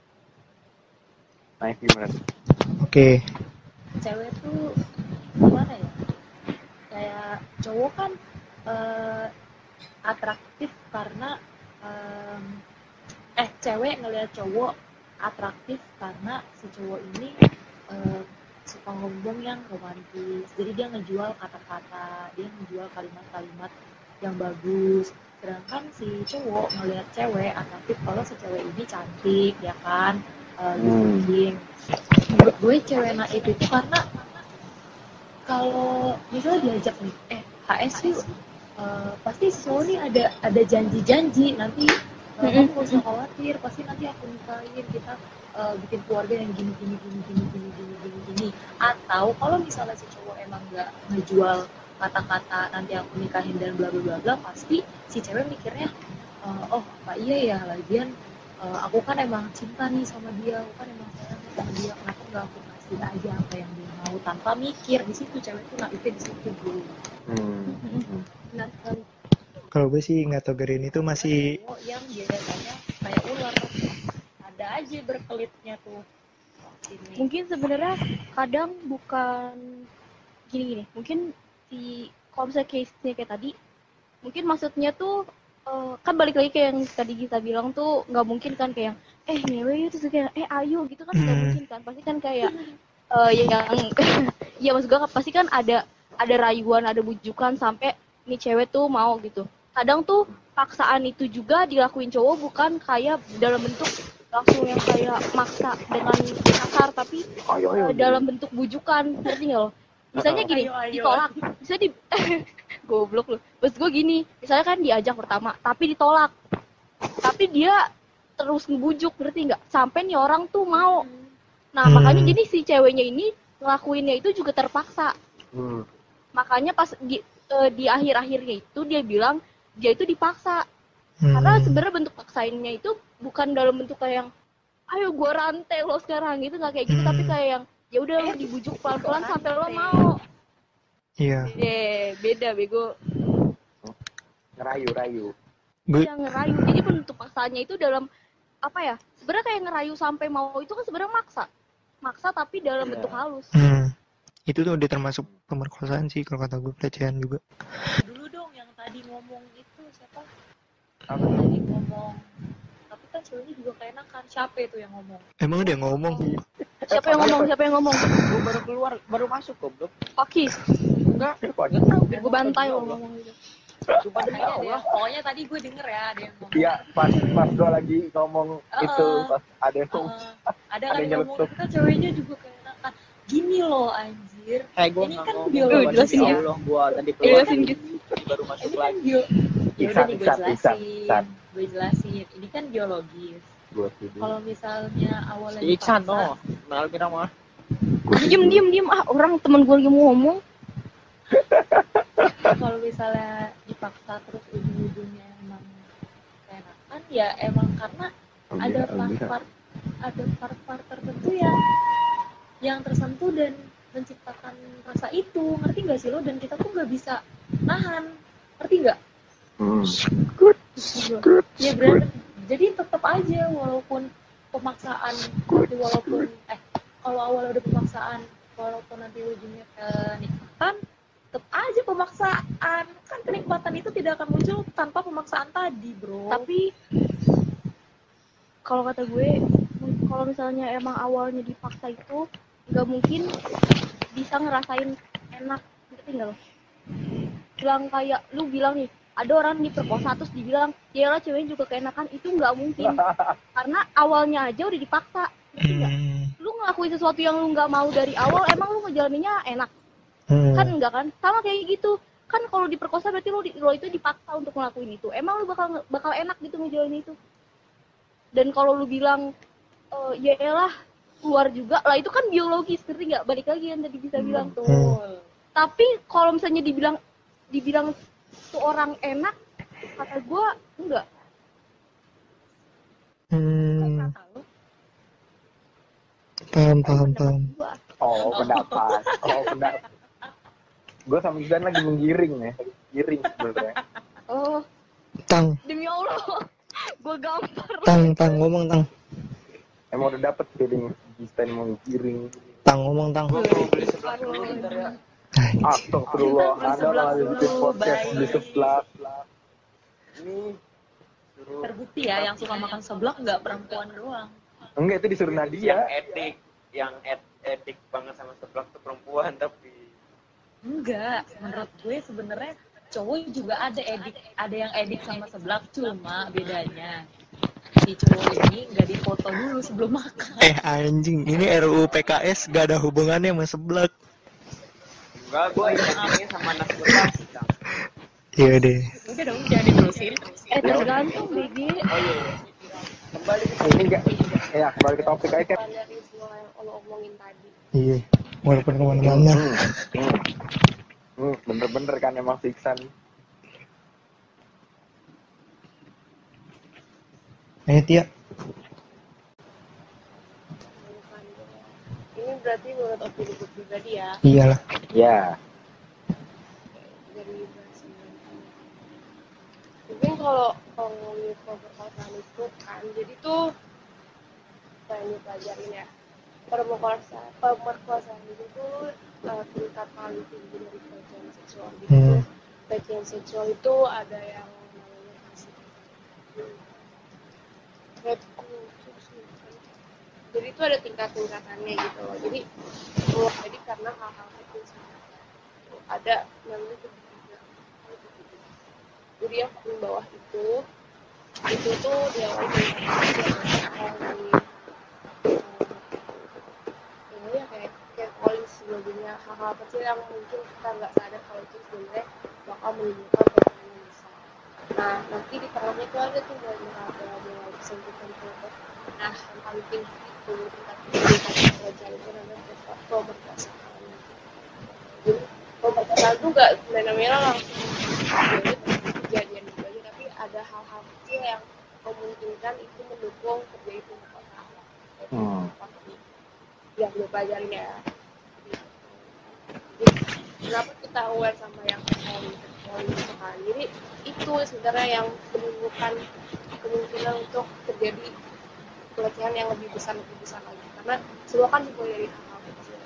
Nah gimana tuh? Oke. Cewek tuh gimana ya? Kayak cowok kan eh, atraktif karena em, eh cewek ngelihat cowok atraktif karena si cowok ini eh, suka ngomong yang romantis. Jadi dia ngejual kata-kata, dia ngejual kalimat-kalimat yang bagus. Sedangkan si cowok ngelihat cewek atraktif kalau si cewek ini cantik, ya kan, uh, good looking. Menurut gue cewek naif itu karena kalau misalnya diajak nih, eh H S yuk, uh, pasti si cowok nih ada ada janji-janji nanti. Uh, kamu gak usah khawatir, pasti nanti aku nikahin, kita uh, bikin keluarga yang gini gini gini gini gini gini gini gini. Atau kalau misalnya si cowok emang nggak ngejual kata-kata nanti aku nikahin dan bla bla bla bla, pasti si cewek mikirnya uh, oh apa iya ya, lagian uh, aku kan emang cinta nih sama dia, aku kan emang sayang sama dia, kenapa nggak aku kasih aja apa yang dia mau tanpa mikir. Di situ cewek tuh naifnya di situ bro. Hmm. Benar sekali. Kalau gue sih nggak tahu Gerin itu masih Cowok yang biasanya kayak ular, ada aja berkelitnya tuh sini. Mungkin sebenarnya kadang bukan gini-gini, mungkin si kalau misalnya case-nya kayak tadi, mungkin maksudnya tuh uh, kan balik lagi kayak yang tadi kita bilang tuh nggak mungkin kan kayak yang eh ngewe itu kayak eh ayo gitu kan nggak Hmm. mungkin kan, pasti kan kayak uh, yang ya maksud gue pasti kan ada ada rayuan, ada bujukan sampai nih cewek tuh mau gitu. Kadang tuh paksaan itu juga dilakuin cowok bukan kayak dalam bentuk langsung yang kayak maksa dengan kasar, tapi Ayo, ayo. uh, dalam bentuk bujukan, ngerti nggak lo? Misalnya gini, Ayo, ayo. ditolak, bisa di goblok lu. Maksud gue gini, misalnya kan diajak pertama, tapi ditolak, tapi dia terus ngebujuk, ngerti nggak? Sampai nih orang tuh mau. Nah Hmm. makanya jadi si ceweknya ini ngelakuinnya itu juga terpaksa. Hmm. Makanya pas di eh, di akhir-akhirnya itu dia bilang dia itu dipaksa. Hmm. Karena sebenarnya bentuk paksainnya itu bukan dalam bentuk kayak yang ayo gua rantai lo sekarang gitu, nggak kayak gitu, Hmm. tapi kayak yang ya udah lo dibujuk pelan-pelan sampai lo mau. Iya. Eh beda bego. Ngerayu-rayu. Gue Yang ngerayu. Jadi bentuk paksanya itu dalam apa ya? Sebenarnya kayak ngerayu sampai mau itu kan sebenarnya maksa. Maksa tapi dalam Iya. bentuk halus. hmm, itu tuh udah termasuk pemerkosaan sih kalau kata gue, pelecehan juga. Dulu dong yang tadi ngomong itu siapa? Apa? Tadi ngomong, tapi kan ceweknya juga keenakan. Siapa itu yang ngomong? Emang udah ngomong? Siapa yang ngomong? Siapa yang ngomong? Gue baru keluar, baru masuk goblok. Fakis. Enggak, Waduh. enggak tahu. Biar gue bantai lo ngomong gitu. Sumpah demi Kayaknya ada Allah. yang- pokoknya tadi gue denger ya ada yang ngomong. Iya, pas pas gue lagi ngomong Uh-uh. itu, pas ada yang Uh, ada Ada kan yang yang ngomong, nyeletuk. kita ceweknya juga keenakan. Gini loh anjir. Eh, gue Ini nggak kan ngomong. biologi Gua jelasin demi ya. Allah, gue tadi Eh, keluar jelasin gitu. baru masuk Ini kan lagi. bio. Ya udah Isan, nih gue Isan, Isan, jelasin. Isan. Gue jelasin. Ini kan biologis. gue setuju. Kalau misalnya awalnya Si Iksan dipaksa, no, Mal kira mah. Gua Diem setuju. diem diem ah orang teman gue lagi mau ngomong. kalau misalnya dipaksa terus ujung-ujungnya emang keenakan, ya emang karena ada part-part ada part-part tertentu yang yang tersentuh dan menciptakan rasa itu, ngerti nggak sih lo? Dan kita tuh nggak bisa nahan, ngerti nggak? Hmm. Ya berarti jadi tetap aja walaupun pemaksaan nanti walaupun eh kalau awal udah pemaksaan walaupun nanti ujungnya kenikmatan, tetap aja pemaksaan. Kan kenikmatan itu tidak akan muncul tanpa pemaksaan tadi bro. Tapi kalau kata gue, kalau misalnya emang awalnya dipaksa itu nggak mungkin bisa ngerasain enak, ngerti nggak lo? Bilang kayak lu bilang nih, ada orang diperkosa terus dibilang ya lah ceweknya juga keenakan, itu nggak mungkin. Karena awalnya aja udah dipaksa, ngerti nggak? Hmm. Lu ngelakuin sesuatu yang lu nggak mau dari awal, emang lu ngejalaninnya enak? Hmm. Kan enggak kan? Sama kayak gitu. Kan kalau diperkosa berarti lo, lo itu dipaksa untuk ngelakuin itu. Emang lu bakal bakal enak gitu ngejalanin itu? Dan kalau lu bilang e, ya elah keluar juga lah, itu kan biologis, ngerti nggak? Balik lagi yang tadi bisa bilang tuh. Betul. Tapi kalau misalnya dibilang dibilang tuh orang enak, kata gue enggak. Hmm. Kata lo, Paham, paham, paham. Gua Oh, pendapat. Oh, pendapat. Gue sama Izan lagi menggiring ya. Giring sebenarnya. oh Tang, demi Allah, gue gampar. tang, tang, ngomong tang. Emang udah dapet feeling Izan mau giring. Tang, ngomong tang. Gue mau beli sebelah dulu bentar ya. Astagfirullah, Kita Anda sebelah lagi bikin dulu, podcast baik. di sebelah. Ini suruh terbukti ya yang suka makan seblak nggak perempuan doang. Enggak, itu disuruh yang Nadia. edik, yang et edik banget sama seblak tuh perempuan, tapi Enggak, menurut gue sebenarnya cowok juga ada edik, ada yang edik sama seblak, cuma bedanya si cowok ini nggak difoto dulu sebelum makan. Eh anjing, ini R U U P K S gak ada hubungannya sama seblak. enggak, gue ini sama anak seblak. Iya deh. Udah dong, jangan diterusin. Eh tergantung B G. Oh iya, kembali ke Ini enggak, ya kembali ke topik aja kan. dari semua yang lo omongin tadi. Iya, walaupun kemana-mana. Hmm, hmm. Hmm, bener-bener kan emang si Iksan. Eh Tia, Bukan gue. Ini berarti menurut opini gue pribadi ya, iyalah. Ya. dari bahasa mungkin kalau kalau ngomongin pemerkosaan itu kan, jadi tuh apa yang dipelajarin ya, pemerkosaan pemerkosaan itu tuh uh, tingkat paling tinggi dari pelecehan seksual gitu. Hmm. Pelecehan seksual itu ada yang namanya kasih jadi itu ada tingkat-tingkatannya gitu loh. Jadi oh, jadi karena hal-hal kecil sebenarnya ada namanya ketiga. Jadi yang paling bawah itu itu tuh diawali dari ini ya kayak kayak calling sebagainya, hal-hal kecil yang mungkin kita nggak sadar kalau itu sebenarnya bakal menimbulkan pelecehan yang besar. Nah nanti di tengahnya itu ada tuh mulai meraba mulai kesempitan kelompok. Nah yang paling tinggi itu tingkat tingkat pelecehan itu namanya pemerkosaan. Jadi pemerkosaan tuh nggak semena-mena langsung jadi kejadian gitu aja, tapi ada hal-hal kecil yang memungkinkan itu mendukung terjadi pemerkosaan. Hmm. Yang gue pelajarin ya. Jadi, kenapa kita aware sama yang calling calling itu kan? Jadi itu sebenarnya yang menimbulkan kemungkinan untuk terjadi pelecehan yang lebih besar lebih besar lagi, karena semua kan dimulai dari hal-hal kecil.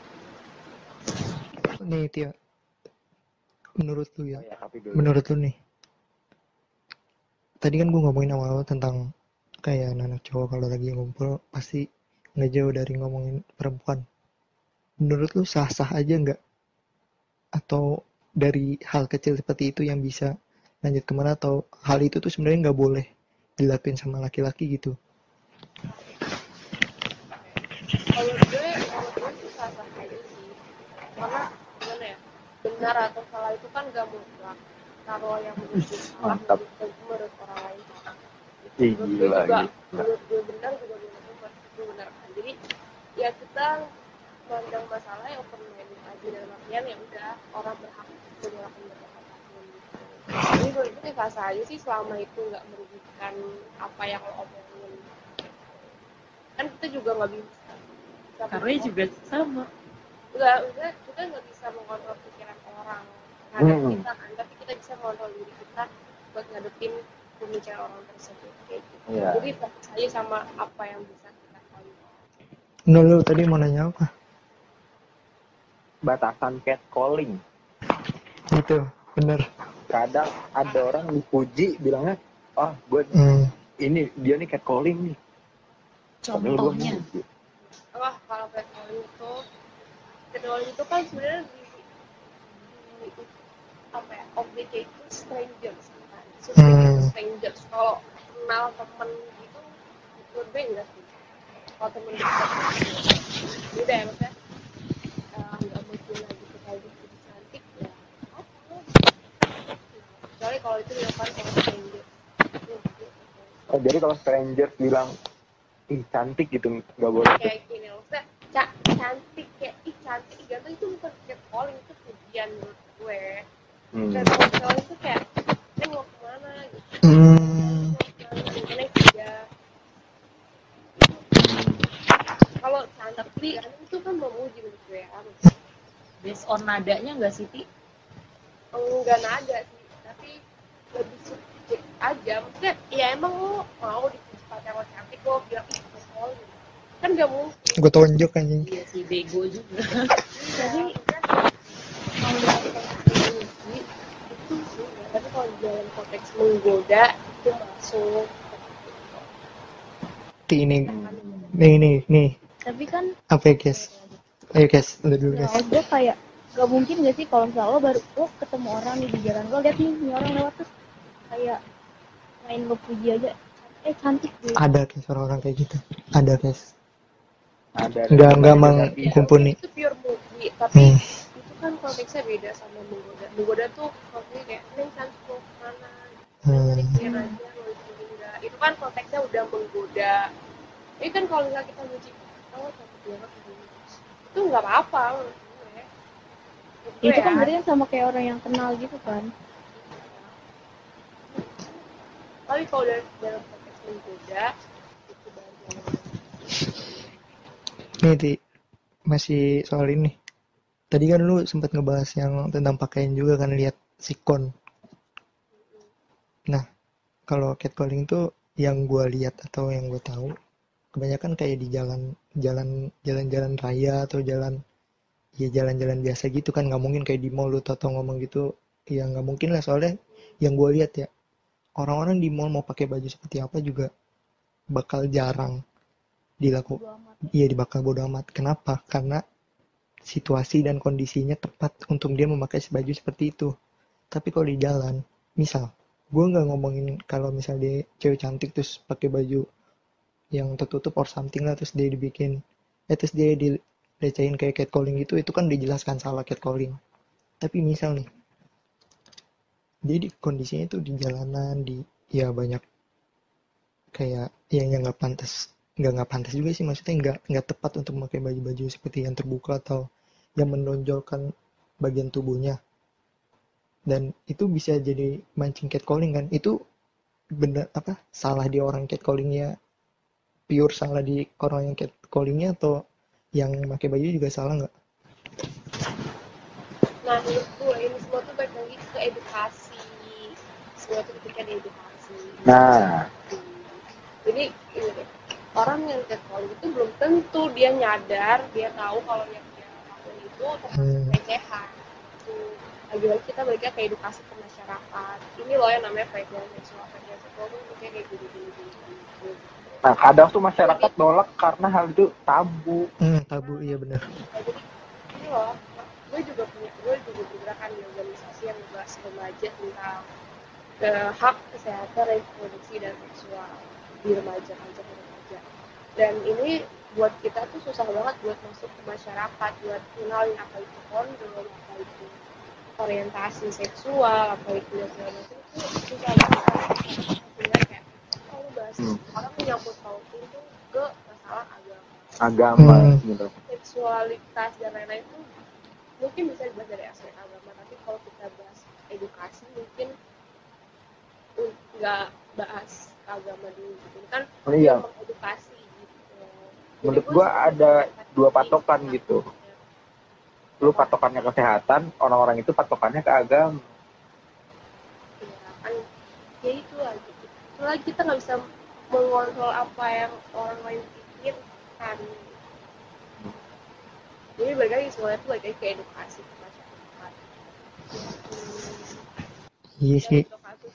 Nih Tia, menurut lu ya, Oh ya, tapi dulu. menurut lu nih, tadi kan gue ngomongin awal-awal tentang kayak anak cowok kalau lagi ngumpul pasti ngejauh dari ngomongin perempuan. Menurut lu sah-sah aja nggak? Atau dari hal kecil seperti itu yang bisa lanjut kemana, atau hal itu tuh sebenarnya nggak boleh dilakuin sama laki-laki gitu? Kalau gue, kalau gue sih sah-sah aja sih, karena gimana ya, benar atau salah itu kan gak mutlak. Kalau yang menurut gue salah, Mantap. menurut, menurut orang lain salah. Ih, Menurut gue gila, juga, gila. menurut gue benar juga menurut gue itu benar kan. Jadi ya kita memandang masalah yang open minded aja, dalam artian ya udah orang berhak menyuarakan pendapat apapun gitu. Jadi menurut gue sah-sah aja sih selama itu nggak merugikan apa yang lo omongin. Kan kita juga nggak bisa. Karena juga sama. Enggak, enggak, kita nggak bisa mengontrol pikiran orang terhadap Hmm. kita kan, tapi kita bisa mengontrol diri kita buat ngadepin pemikiran orang tersebut kayak gitu. Iya. Jadi fokus aja sama apa yang bisa kita kontrol. Nah, lu tadi mau nanya apa? Batasan catcalling. Gitu, bener. Kadang ada orang dipuji bilangnya, ah gue Hmm. ini dia nih catcalling nih. Padahal gua Contohnya, muji. Wah, kalau catcalling itu, catcalling itu kan sebenarnya di, di apa ya, objeknya itu strangers kan, suspect Hmm. itu strangers. Kalau kenal temen gitu, menurut gue enggak sih. Kalau temen dekat, udah ya maksudnya eh, nggak mungkin lagi kita gitu cantik ya. Apa? Kecuali kalau itu dilakukan sama strangers. Oh, jadi kalau strangers bilang ih cantik gitu nggak boleh tuh. Kayak gini maksudnya ca- cantik kayak ih cantik gitu itu bukan catcalling, itu pujian menurut gue. Hmm. Catcalling itu kayak ini mau kemana gitu, Hmm. mau kemana gimana dia. Kalau cantik kan itu kan memuji menurut gue ya. based on nadanya nggak sih, Ti? Enggak nada sih, tapi lebih subjek aja. Maksudnya ya emang lo mau dipuji pacar lo cantik lo bilang ih catcalling kan gak mungkin. Gue tonjok anjing. Iya sih, bego juga. Jadi kalau dalam konteks memuji itu sih, tapi kalau dalam konteks menggoda itu masuk. Ti, ini, nih, nih, nih. Tapi kan Apa ya guys? Ayo guys, lu dulu Nah, guys. gue kayak gak mungkin gak sih kalau misalnya lo baru lo ketemu orang nih di jalan, lo liat nih nih orang lewat terus kayak main lo puji aja, eh cantik deh. Ada guys orang-orang kayak gitu. Ada guys. Ada Enggak enggak banyak mang negatif. kumpuni. Itu pure movie, tapi Hmm. itu kan konteksnya beda sama menggoda. Menggoda tuh konteksnya kayak neng cantik mau kemana, Hmm. clear aja mau itu enggak. Itu kan konteksnya udah menggoda. Ini kan kalau misalnya kita muji, oh cantik banget begini, itu nggak apa-apa menurut gue. Menurut gue Itu kan ya. berarti kan sama kayak orang yang kenal gitu kan. Tapi kalau dalam, dalam konteks menggoda, itu baru yang Nih Ti, masih soal ini. Tadi kan lu sempat ngebahas yang tentang pakaian juga kan, lihat sikon. Nah, kalau catcalling tuh yang gua lihat atau yang gua tahu kebanyakan kayak di jalan jalan jalan-jalan raya atau jalan ya jalan-jalan biasa gitu kan, nggak mungkin kayak di mall lu toto ngomong gitu. Ya nggak mungkin lah, soalnya yang gua lihat ya orang-orang di mall mau pakai baju seperti apa juga bakal jarang dilakukan. Bodo amat. Iya, bakal bodo amat. Kenapa? Karena situasi dan kondisinya tepat untuk dia memakai baju seperti itu. Tapi kalau di jalan, misal, gue nggak ngomongin kalau misal dia cewek cantik terus pakai baju yang tertutup or something lah, terus dia dibikin, eh terus dia dilecehin kayak catcalling gitu, itu kan dijelaskan salah catcalling. Tapi misal nih, dia di kondisinya itu di jalanan, di ya banyak kayak yang yang nggak pantas, nggak nggak pantas juga sih, maksudnya nggak nggak tepat untuk memakai baju-baju seperti yang terbuka atau yang menonjolkan bagian tubuhnya, dan itu bisa jadi mancing catcalling kan. Itu bener apa salah di orang catcallingnya, pure salah di orang yang catcallingnya, atau yang pakai baju juga salah nggak? Nah, menurut gue ini semua tuh balik lagi ke edukasi. Semua tuh ketika edukasi. Nah, Jadi ini deh, orang yang catcalling itu belum tentu dia nyadar, dia tahu kalau yang dia lakukan itu termasuk Hmm. pelecehan. Itu lagi-lagi kita balik ke edukasi ke masyarakat. Ini loh yang namanya pelecehan seksual, pelecehan seksual tuh kayak kayak gini-gini. Gitu. nah kadang tuh masyarakat nolak karena hal itu tabu. Hmm, tabu, iya benar. Nah, jadi ini loh, gue juga punya, gue juga bergerakan di organisasi yang membahas remaja tentang uh, hak kesehatan reproduksi dan seksual di remaja, remaja, remaja. Dan ini buat kita tuh susah banget buat masuk ke masyarakat, buat kenalin apa itu kondom, apa itu orientasi seksual, apa itu dan segala macam, itu susah banget. Sehingga kayak kalau lu bahas Hmm. orang menyangkut pautin itu ke masalah agama, Agama Hmm. gitu. seksualitas dan lain-lain itu mungkin bisa dibahas dari aspek agama, tapi kalau kita bahas edukasi mungkin nggak bahas agama dulu gitu kan. Oh, iya. Dia mengedukasi gitu. Menurut gua ada dua patokan gitu. Lu patokannya kesehatan, orang-orang itu patokannya ke agama. Ya kan, ya itu lagi. Itu lagi kita nggak bisa mengontrol apa yang orang lain pikirkan. Jadi balik lagi semuanya itu balik lagi ke edukasi ke masyarakat. Iya sih. Untuk kasus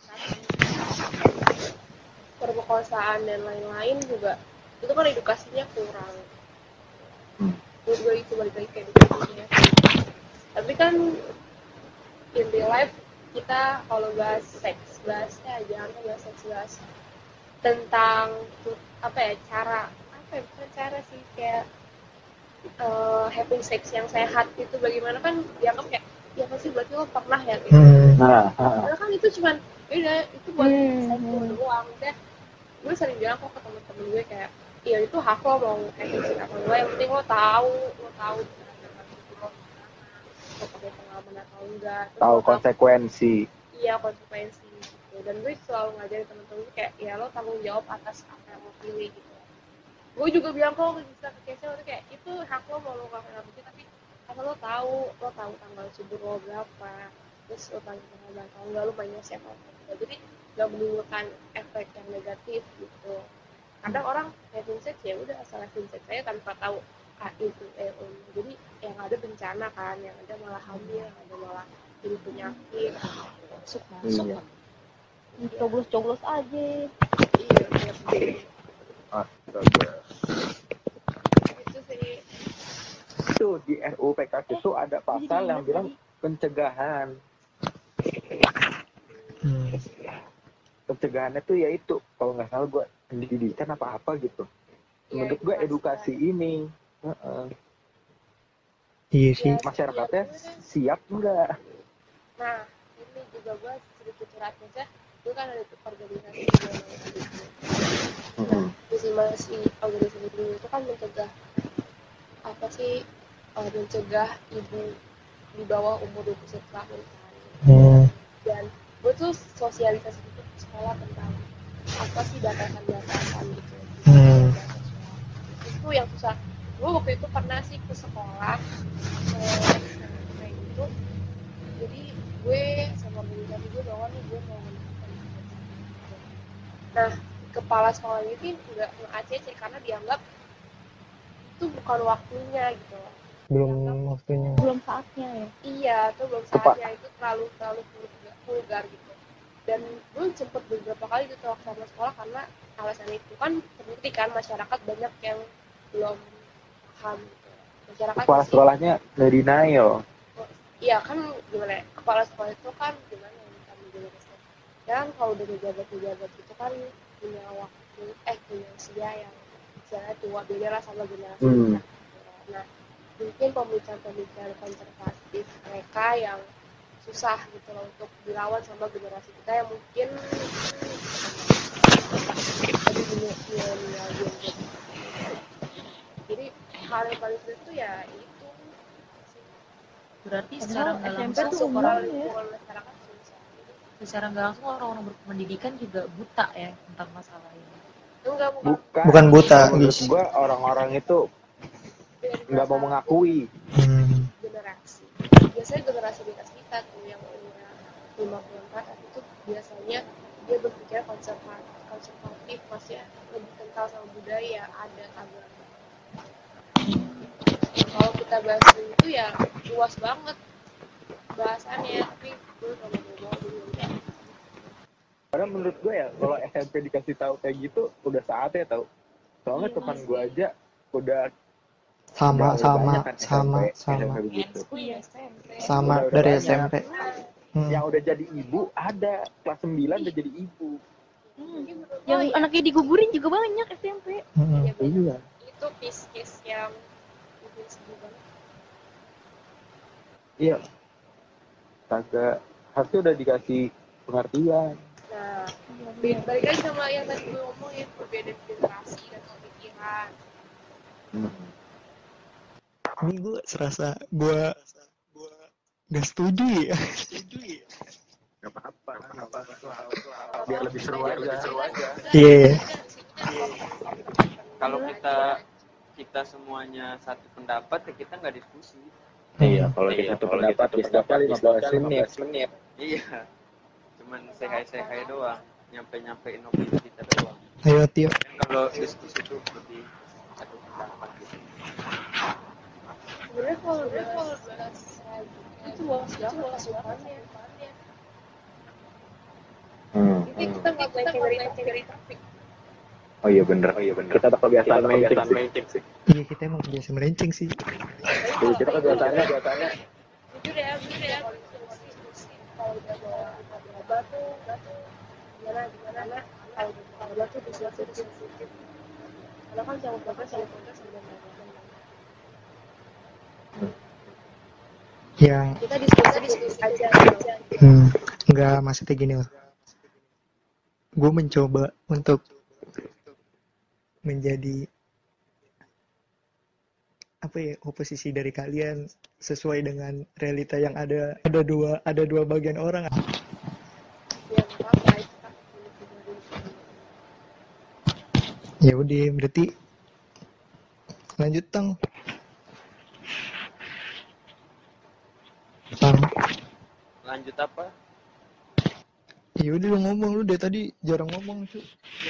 perkosaan dan lain-lain juga itu kan edukasinya kurang. Hmm. Menurut gue itu balik lagi ke edukasinya. Tapi kan in real life kita kalau bahas seks, bahasnya jangan bahas seks, bahas tentang apa ya, cara apa ya, bukan cara sih, kayak uh, having sex yang sehat itu bagaimana, kan dianggap kayak ya pasti berarti lo pernah ya gitu. Hmm. Nah, Padahal kan itu cuman beda, itu buat Hmm, satu hmm. doang. Dan gue sering bilang kok ke temen-temen gue kayak ya itu hak lo mau having sex apa enggak, yang penting lo tahu lo tahu cara itu lo lo pakai pengalaman atau enggak, terus tahu lo konsekuensi. iya konsekuensi gitu. Dan gue selalu ngajarin temen-temen gue kayak ya lo tanggung jawab atas apa yang lo pilih gitu. Gue juga bilang kok bisa ke Kesha itu kayak itu hak lo mau lo ngelakuin apa sih, tapi asal lo tahu lo tahu tanggal subur lo berapa, terus lo tahu tanggal atau enggak, lo mainnya siapa enggak, jadi nggak menimbulkan efek yang negatif gitu. Kadang orang having sex ya udah asal having sex aja tanpa tahu ah itu eh oh. Jadi yang ada bencana kan, yang ada malah hamil, yang ada malah jadi penyakit masuk masuk Iya. Coblos-coblos aja. iya kayak Astaga. gitu sih. Itu di R U U P K S itu ada pasal yang bilang pencegahan. Hmm. Pencegahannya tuh yaitu kalau nggak salah gue pendidikan apa apa gitu. Ya, Menurut gue edukasi edukasi. ini uh-uh. Iya sih. Ya, masyarakatnya ya, siap enggak? Nah, ini juga gue sedikit curhat aja. Gue kan ada organisasi juga namanya gitu. Nah, visi misi organisasi dulu itu kan mencegah apa sih uh, mencegah ibu di bawah umur dua puluh satu tahun kan. Hmm. Dan gue tuh sosialisasi itu ke sekolah tentang apa sih batasan-batasan gitu. Hmm. Itu yang susah. Gue waktu itu pernah sih ke sekolah eh, kayak gitu. Jadi gue sama organisasi gue bawa nih gue mau menentukan. Nah, kepala sekolah ini nggak nge-A C C karena dianggap itu bukan waktunya gitu loh. Belum Dianggap, waktunya. Belum saatnya ya. iya, itu belum saatnya, itu terlalu terlalu vulgar, vulgar gitu. Dan gue sempet beberapa kali ditolak sama sekolah karena alasan itu kan terbukti kan masyarakat banyak yang belum paham gitu. Masyarakat Kepala masih- sekolahnya nggak denial. Iya kan gimana ya, kepala sekolah itu kan gimana yang kita menjelaskan. Dan kalau udah pejabat-pejabat itu kan punya waktu, eh punya usia yang misalnya tua, beda lah sama generasi Hmm. kita. Nah, mungkin pemikiran-pemikiran konservatif mereka yang susah gitu loh untuk dilawan sama generasi kita yang mungkin jadi milenial gitu. Jadi hal yang paling sulit itu ya itu Berarti Padahal secara nggak S M P langsung tuh umum orang ya. masyarakat susah. secara nggak langsung orang-orang berpendidikan juga buta ya tentang masalah ini. Enggak, bukan. Bukan. Bukan buta, Menurut guys. gue orang-orang itu nggak mau mengakui. Hmm. Generasi. Biasanya generasi di atas kita tuh yang umurnya lima puluh empat itu biasanya dia berpikir konservatif, konservatif masih lebih kental sama budaya, adat, agama. Kalau kita bahas itu ya luas banget bahasannya, tapi gue kalau mau bawa dulu enggak. Karena menurut gue ya kalau S M P dikasih tahu kayak gitu udah saatnya tahu. Soalnya Iya teman sih. gue aja udah Sama udah sama banyak kan sama S M P, sama S M P begitu. Iya. sama Udah- udah dari banyak. S M P. Hmm. Yang udah jadi ibu ada kelas sembilan udah jadi ibu. Jadi menurut Yang gue ya, anaknya digugurin juga banyak S M P. Hmm. ya bener. Iya. Itu case-case yang bikin sedih banget. Iya. Kagak harusnya udah dikasih pengertian. Nah, balik lagi sama yang tadi gue ngomongin perbedaan generasi dan pemikiran. Hmm. Ini gue serasa gue gak setuju ya. Gak apa-apa, gak apa-apa. Biar lebih seru aja. Iya. Kalau kita kita semuanya satu pendapat ya kita nggak diskusi. Iya, kalau kita satu pendapat diskusinya lima belas menit. Iya, cuman sehai-sehai doang, nyampe-nyampein opini kita doang. Ayo Tio. Kan kalau diskusi itu lebih satu pendapat gitu. Sebenarnya kalau bahas bahas itu luas banget masukannya. Hmm. Jadi kita nggak melenceng dari dari topik. Oh iya bener, oh iya bener. Kita tak kebiasaan melenceng sih. Iya kita emang biasa melenceng sih. Jadi kita kebiasaannya, kebiasaannya. Jujur ya, jujur ya. Kalau diskusi, kalau udah bawa obat tuh, tuh gimana gimana. Kalau udah bawa obat tuh diskusi diskusi. Kalau kan sama bapak sama bapak sebenarnya. Yang Kita diskusi diskusi aja. hmm, nggak maksudnya gini loh. Gue mencoba untuk menjadi apa ya oposisi dari kalian sesuai dengan realita yang ada. Ada dua ada dua bagian orang. Ya nggak apa-apa itu kan. Ya udah berarti lanjut Tang. Tang. Lanjut apa? Ya udah lu ngomong lu dari tadi jarang ngomong cuy.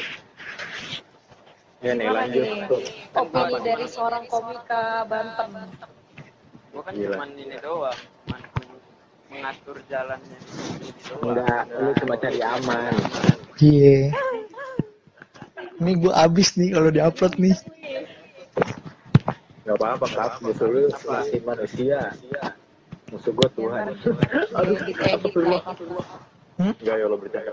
Ya nih Gimana lanjut nih? tuh. Opini dari seorang komika Banten. Gua kan Gila. cuman ini doang, cuman mengatur jalannya ini doang. Enggak, lu cuma cari aman. Iya. Ini gue abis nih kalau diupload nih. Nggak apa-apa kak, musuh lu masih manusia, musuh gue Ya, Tuhan. ntar Aduh, diedit-edit lah. enggak ya lo bercanda.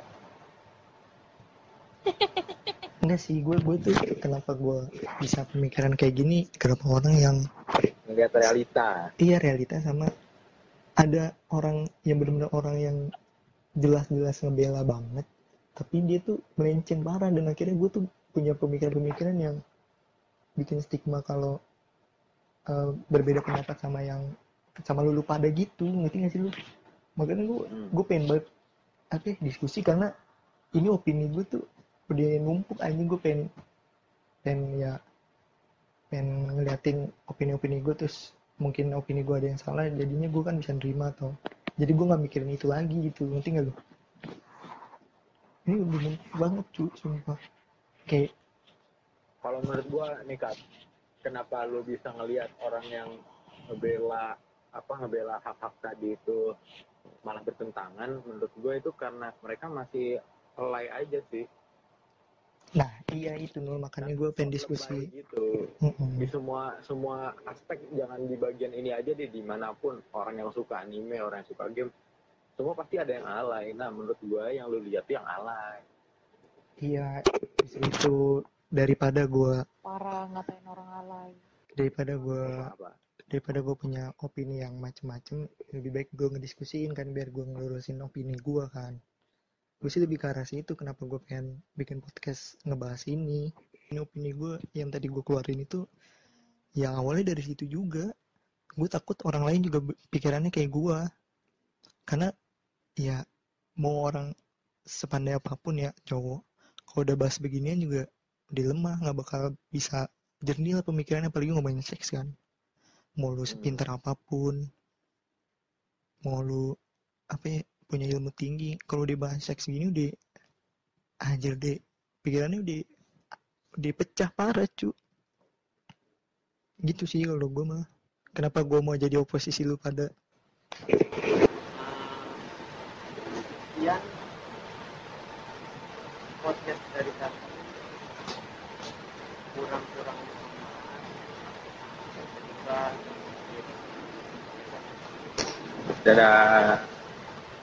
Enggak sih, gue gue tuh kenapa gue bisa pemikiran kayak gini, kenapa orang yang Ngeliat realita. iya realita sama ada orang yang benar-benar orang yang jelas-jelas ngebela banget, tapi dia tuh melenceng parah dan akhirnya gue tuh punya pemikiran-pemikiran yang bikin stigma kalau uh, berbeda pendapat sama yang sama lu, lu pada gitu, ngerti gak sih lu? Makanya gue gue pengen banget apa ya, diskusi karena ini opini gue tuh udah numpuk aja, gue pengen pengen ya pengen ngeliatin opini-opini gue, terus mungkin opini gue ada yang salah, jadinya gue kan bisa nerima atau jadi gue nggak mikirin itu lagi gitu, ngerti nggak lu? Ini udah numpuk banget cuy, sumpah. Kayak Kalau menurut gue nih kak, kenapa lu bisa ngelihat orang yang ngebela apa ngebela hak-hak tadi itu malah bertentangan? Menurut gue itu karena mereka masih alay aja sih. nah iya itu Nul, makanya gue pengen diskusi gitu. Mm-mm. Di semua semua aspek, jangan di bagian ini aja deh, dimanapun orang yang suka anime, orang yang suka game, semua pasti ada yang alay. Nah menurut gue yang lu lihat yang alay. Iya itu daripada gue Parah ngatain orang alay. daripada gue Apa? daripada gue punya opini yang macem-macem, lebih baik gue ngediskusiin kan, biar gue ngelurusin opini gue kan. Gue sih lebih ke arah situ, kenapa gue pengen bikin podcast ngebahas ini. Ini opini gue yang tadi gue keluarin itu yang awalnya dari situ juga. Gue takut orang lain juga pikirannya kayak gue, karena ya mau orang sepandai apapun ya cowok, kalau udah bahas beginian juga dilemah, nggak bakal bisa jernih lah pemikirannya, apalagi ngomongin seks kan. Mau lu sepintar apapun, mau lu apa ya, punya ilmu tinggi, kalau dibahas seks gini udah anjir deh, pikirannya udah udah pecah parah cu. Gitu sih kalau gue mah. Kenapa gue mau jadi oposisi lu pada. Sekian podcast dari kami, kurang-kurang kita Dadah.